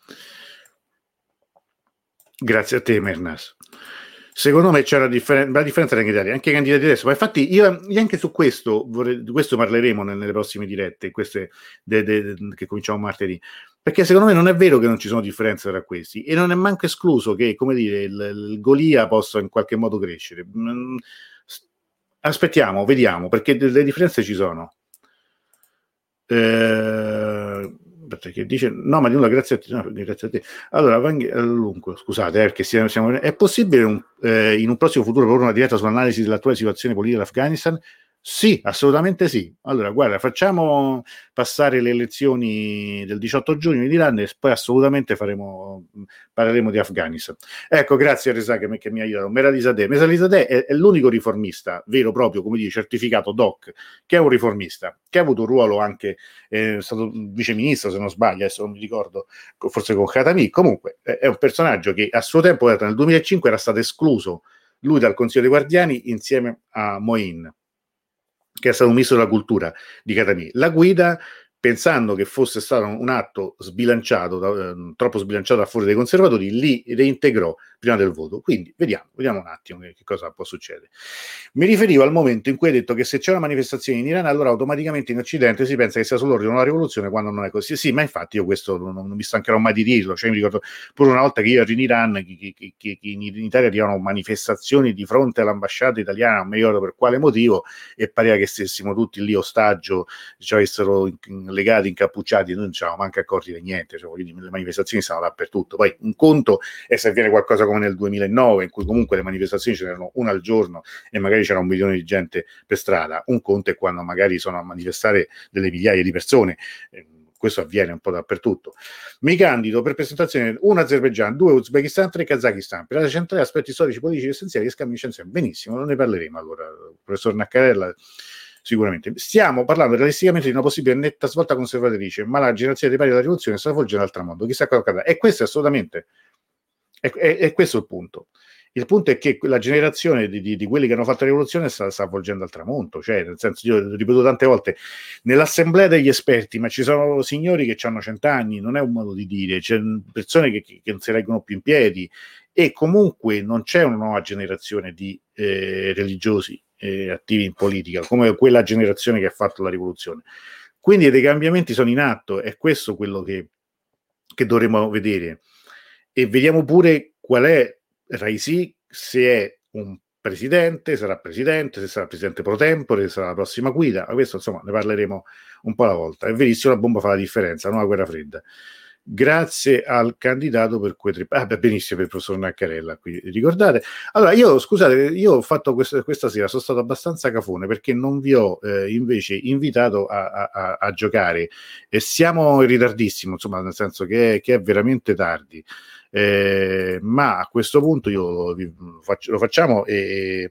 Grazie a te, Mernas. Secondo me c'è una, differen- una differenza anche in Italia, anche i candidati adesso, ma infatti io, io anche su questo, vorrei, di questo parleremo nelle, nelle prossime dirette, queste de, de, de, che cominciamo martedì, perché secondo me non è vero che non ci sono differenze tra questi, e non è manco escluso che, come dire, il, il Golia possa in qualche modo crescere. aspettiamo, vediamo, perché le differenze ci sono. Eh, che dice no, ma di nulla, grazie a te, no, grazie a te. Allora, dunque, scusate, eh, perché siamo, siamo, è possibile un, eh, in un prossimo futuro proporre una diretta sull'analisi dell'attuale situazione politica dell'Afghanistan? Sì, assolutamente sì. Allora, guarda, facciamo passare le elezioni del diciotto giugno in Iran e poi assolutamente faremo, parleremo di Afghanistan. Ecco, grazie a Reza che, che mi ha aiutato. Meralizadeh. Meralizadeh è, è l'unico riformista, vero proprio, come dice, certificato doc, che è un riformista, che ha avuto un ruolo anche, eh, è stato viceministro, se non sbaglio, adesso non mi ricordo, forse con Khatami. Comunque, è un personaggio che a suo tempo, nel duemilacinque, era stato escluso lui dal Consiglio dei Guardiani insieme a Moin, che è stato un ministro della cultura di Khatami. La guida, pensando che fosse stato un atto sbilanciato, da, eh, troppo sbilanciato a favore dei conservatori, li reintegrò prima del voto. Quindi vediamo, vediamo un attimo che, che cosa può succedere. Mi riferivo al momento in cui hai detto che se c'è una manifestazione in Iran, allora automaticamente in Occidente si pensa che sia sull'ordine di una rivoluzione, quando non è così. Sì, ma infatti io questo non, non mi stancherò mai di dirlo. Cioè, mi ricordo pure una volta che io ero in Iran, che, che, che in Italia arrivavano manifestazioni di fronte all'ambasciata italiana, non mi ricordo per quale motivo, e pareva che stessimo tutti lì ostaggio, cioè essero in, in, legati, incappucciati, noi non ci eravamo manco accorti di niente, cioè, le manifestazioni stavano dappertutto. Poi un conto è se avviene qualcosa come nel duemilanove, in cui comunque le manifestazioni ce n'erano una al giorno e magari c'era un milione di gente per strada. Un conto è quando magari sono a manifestare delle migliaia di persone. Eh, questo avviene un po' dappertutto. Mi candido per presentazione uno Azerbaijan, due Uzbekistan, tre Kazakistan, per la centrale aspetti storici, politici essenziali e scambi scienziati. Benissimo, non ne parleremo allora, professor Naccarella. Sicuramente. Stiamo parlando realisticamente di una possibile netta svolta conservatrice, ma la generazione dei pari della rivoluzione sta svolgendo al tramonto. Chissà cosa accadrà. E questo è assolutamente, è, è, è questo il punto. Il punto è che la generazione di, di, di quelli che hanno fatto la rivoluzione sta, sta avvolgendo al tramonto, cioè, nel senso, io lo ripeto tante volte, nell'assemblea degli esperti, ma ci sono signori che hanno cent'anni, non è un modo di dire, c'è persone che, che, che non si reggono più in piedi, e comunque non c'è una nuova generazione di eh, religiosi eh, attivi in politica, come quella generazione che ha fatto la rivoluzione. Quindi dei cambiamenti sono in atto, è questo quello che, che dovremo vedere. E vediamo pure qual è Raisi, se è un presidente, sarà presidente, se sarà presidente pro tempore, se sarà la prossima guida. Ma questo, insomma, ne parleremo un po' alla volta. È verissimo, la bomba fa la differenza, non la guerra fredda. Grazie al candidato per quei tre... Ah, beh, benissimo, per il professor Naccarella, qui ricordate. Allora, io, scusate, io ho fatto questo, questa sera, sono stato abbastanza cafone perché non vi ho eh, invece invitato a, a, a giocare, e siamo in ritardissimo, insomma, nel senso che è, che è veramente tardi. Eh, ma a questo punto io lo, faccio, lo facciamo e,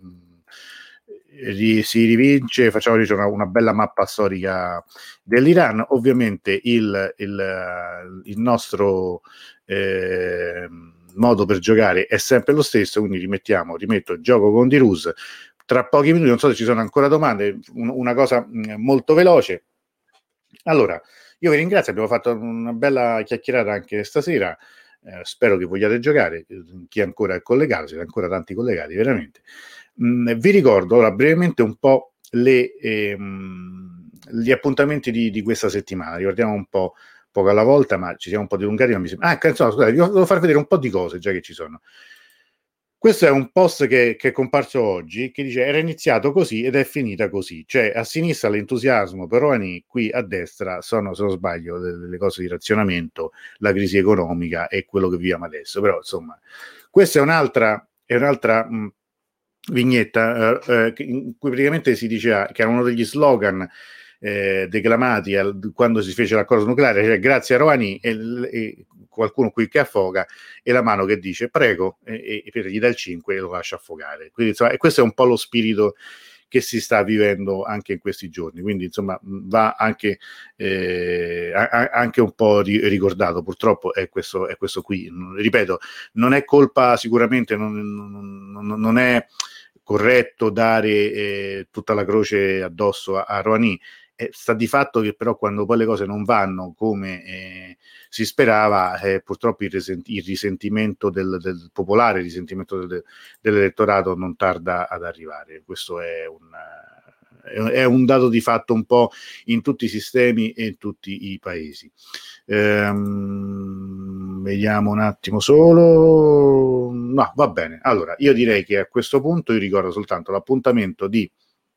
e si rivince, facciamo una, una bella mappa storica dell'Iran. Ovviamente il, il, il nostro eh, modo per giocare è sempre lo stesso, quindi rimettiamo, rimetto il gioco con Dirus tra pochi minuti. Non so se ci sono ancora domande, un, una cosa molto veloce. Allora, io vi ringrazio, abbiamo fatto una bella chiacchierata anche stasera. Eh, spero che vogliate giocare, chi ancora è collegato, siete ancora tanti collegati, veramente. Mm, vi ricordo ora brevemente un po' le, ehm, gli appuntamenti di, di questa settimana. Ricordiamo un po', poco alla volta, ma ci siamo un po' dilungati. Ma mi sembra... Ah, insomma, scusate, vi devo far vedere un po' di cose già che ci sono. Questo è un post che, che è comparso oggi, che dice: era iniziato così ed è finita così. Cioè, a sinistra l'entusiasmo per Rouhani, qui a destra sono, se non sbaglio, le, le cose di razionamento, la crisi economica e quello che viviamo adesso. Però, insomma, questa è un'altra, è un'altra mh, vignetta eh, in cui praticamente si diceva che era uno degli slogan eh, declamati al, quando si fece l'accordo nucleare, cioè grazie a Rouhani, e, e qualcuno qui che affoga e la mano che dice prego, e, e gli dà il cinque e lo lascia affogare. Quindi insomma, e questo è un po' lo spirito che si sta vivendo anche in questi giorni, quindi insomma va anche, eh, a, anche un po' ri- ricordato. Purtroppo è questo, è questo qui, ripeto, non è colpa, sicuramente non, non, non è corretto dare eh, tutta la croce addosso a, a Rouhani. Eh, sta di fatto che però quando poi le cose non vanno come eh, si sperava, eh, purtroppo il, risent- il risentimento del, del popolare, il risentimento del, dell'elettorato non tarda ad arrivare. Questo è un, è un dato di fatto un po' in tutti i sistemi e in tutti i paesi. Ehm, vediamo un attimo solo. No, va bene. Allora, io direi che a questo punto io ricordo soltanto l'appuntamento di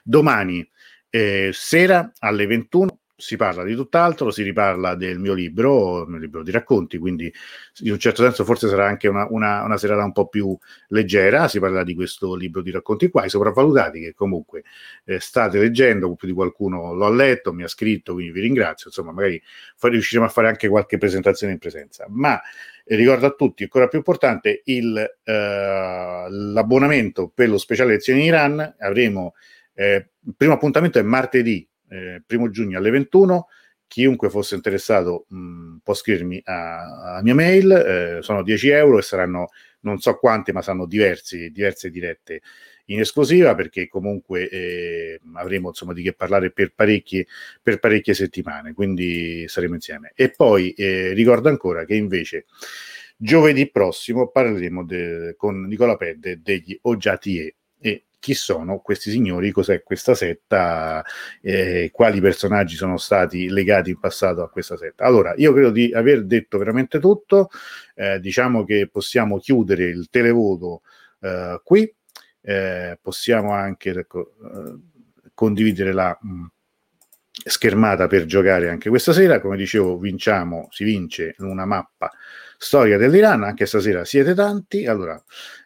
Domani eh, sera alle ventuno si parla di tutt'altro, si riparla del mio libro, il mio libro di racconti, quindi in un certo senso forse sarà anche una, una, una serata un po' più leggera, si parla di questo libro di racconti qua, i sopravvalutati, che comunque eh, state leggendo, più di qualcuno lo ha letto, mi ha scritto, quindi vi ringrazio, insomma magari fa, riusciremo a fare anche qualche presentazione in presenza, ma eh, ricordo a tutti, ancora più importante, il, eh, l'abbonamento per lo speciale lezioni in Iran. Avremo eh, il primo appuntamento è martedì Eh, primo giugno alle ventuno. Chiunque fosse interessato mh, può scrivermi alla mia mail, eh, sono dieci euro e saranno non so quante, ma saranno diversi, diverse dirette in esclusiva, perché comunque eh, avremo insomma di che parlare per parecchie, per parecchie settimane, quindi saremo insieme. E poi eh, ricordo ancora che invece giovedì prossimo parleremo de, con Nicola Pedde degli Ojatie e chi sono questi signori, cos'è questa setta, eh, quali personaggi sono stati legati in passato a questa setta. Allora, io credo di aver detto veramente tutto, eh, diciamo che possiamo chiudere il televoto eh, qui, eh, possiamo anche ecco, eh, condividere la mh, schermata per giocare anche questa sera. Come dicevo, vinciamo, si vince una mappa storia dell'Iran, anche stasera siete tanti. Allora,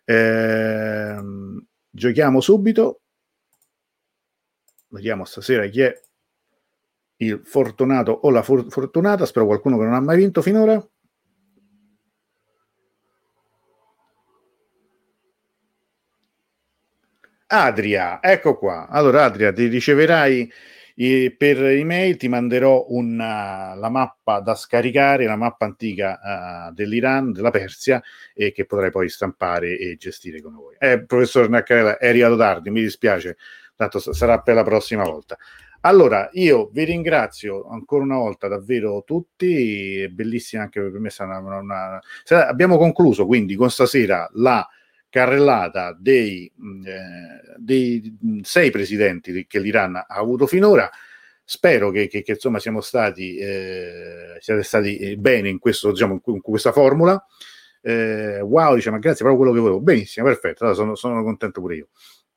ehm, giochiamo subito, vediamo stasera chi è il fortunato o la for- fortunata, spero qualcuno che non ha mai vinto finora. Adria, ecco qua. Allora Adria, ti riceverai eh, per email, ti manderò una, la mappa da scaricare, la mappa antica uh, dell'Iran, della Persia, e che potrai poi stampare e gestire con voi. Eh, professor Naccarella, è arrivato tardi, mi dispiace, tanto sarà per la prossima volta. Allora, io vi ringrazio ancora una volta davvero tutti, è bellissima anche per me, una, una, una... abbiamo concluso quindi con stasera la carrellata dei, eh, dei sei presidenti che l'Iran ha avuto finora. Spero che, che, che insomma siamo stati, eh, siate stati bene in, questo, diciamo, in questa formula. Eh, wow, dice, ma grazie, proprio quello che volevo. Benissimo, perfetto, allora sono, sono contento pure io.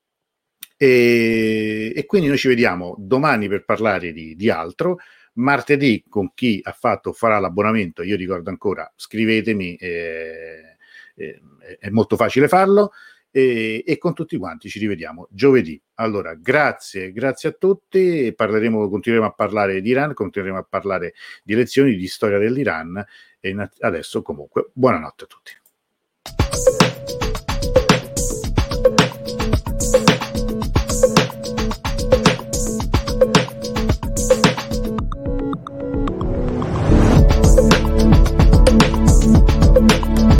E, e quindi noi ci vediamo domani per parlare di, di altro. Martedì con chi ha fatto farà l'abbonamento, io ricordo ancora, scrivetemi, eh, eh, è molto facile farlo, e, e con tutti quanti ci rivediamo giovedì. Allora, grazie, grazie a tutti, parleremo, continueremo a parlare di Iran, continueremo a parlare di lezioni di storia dell'Iran, e adesso comunque buonanotte a tutti.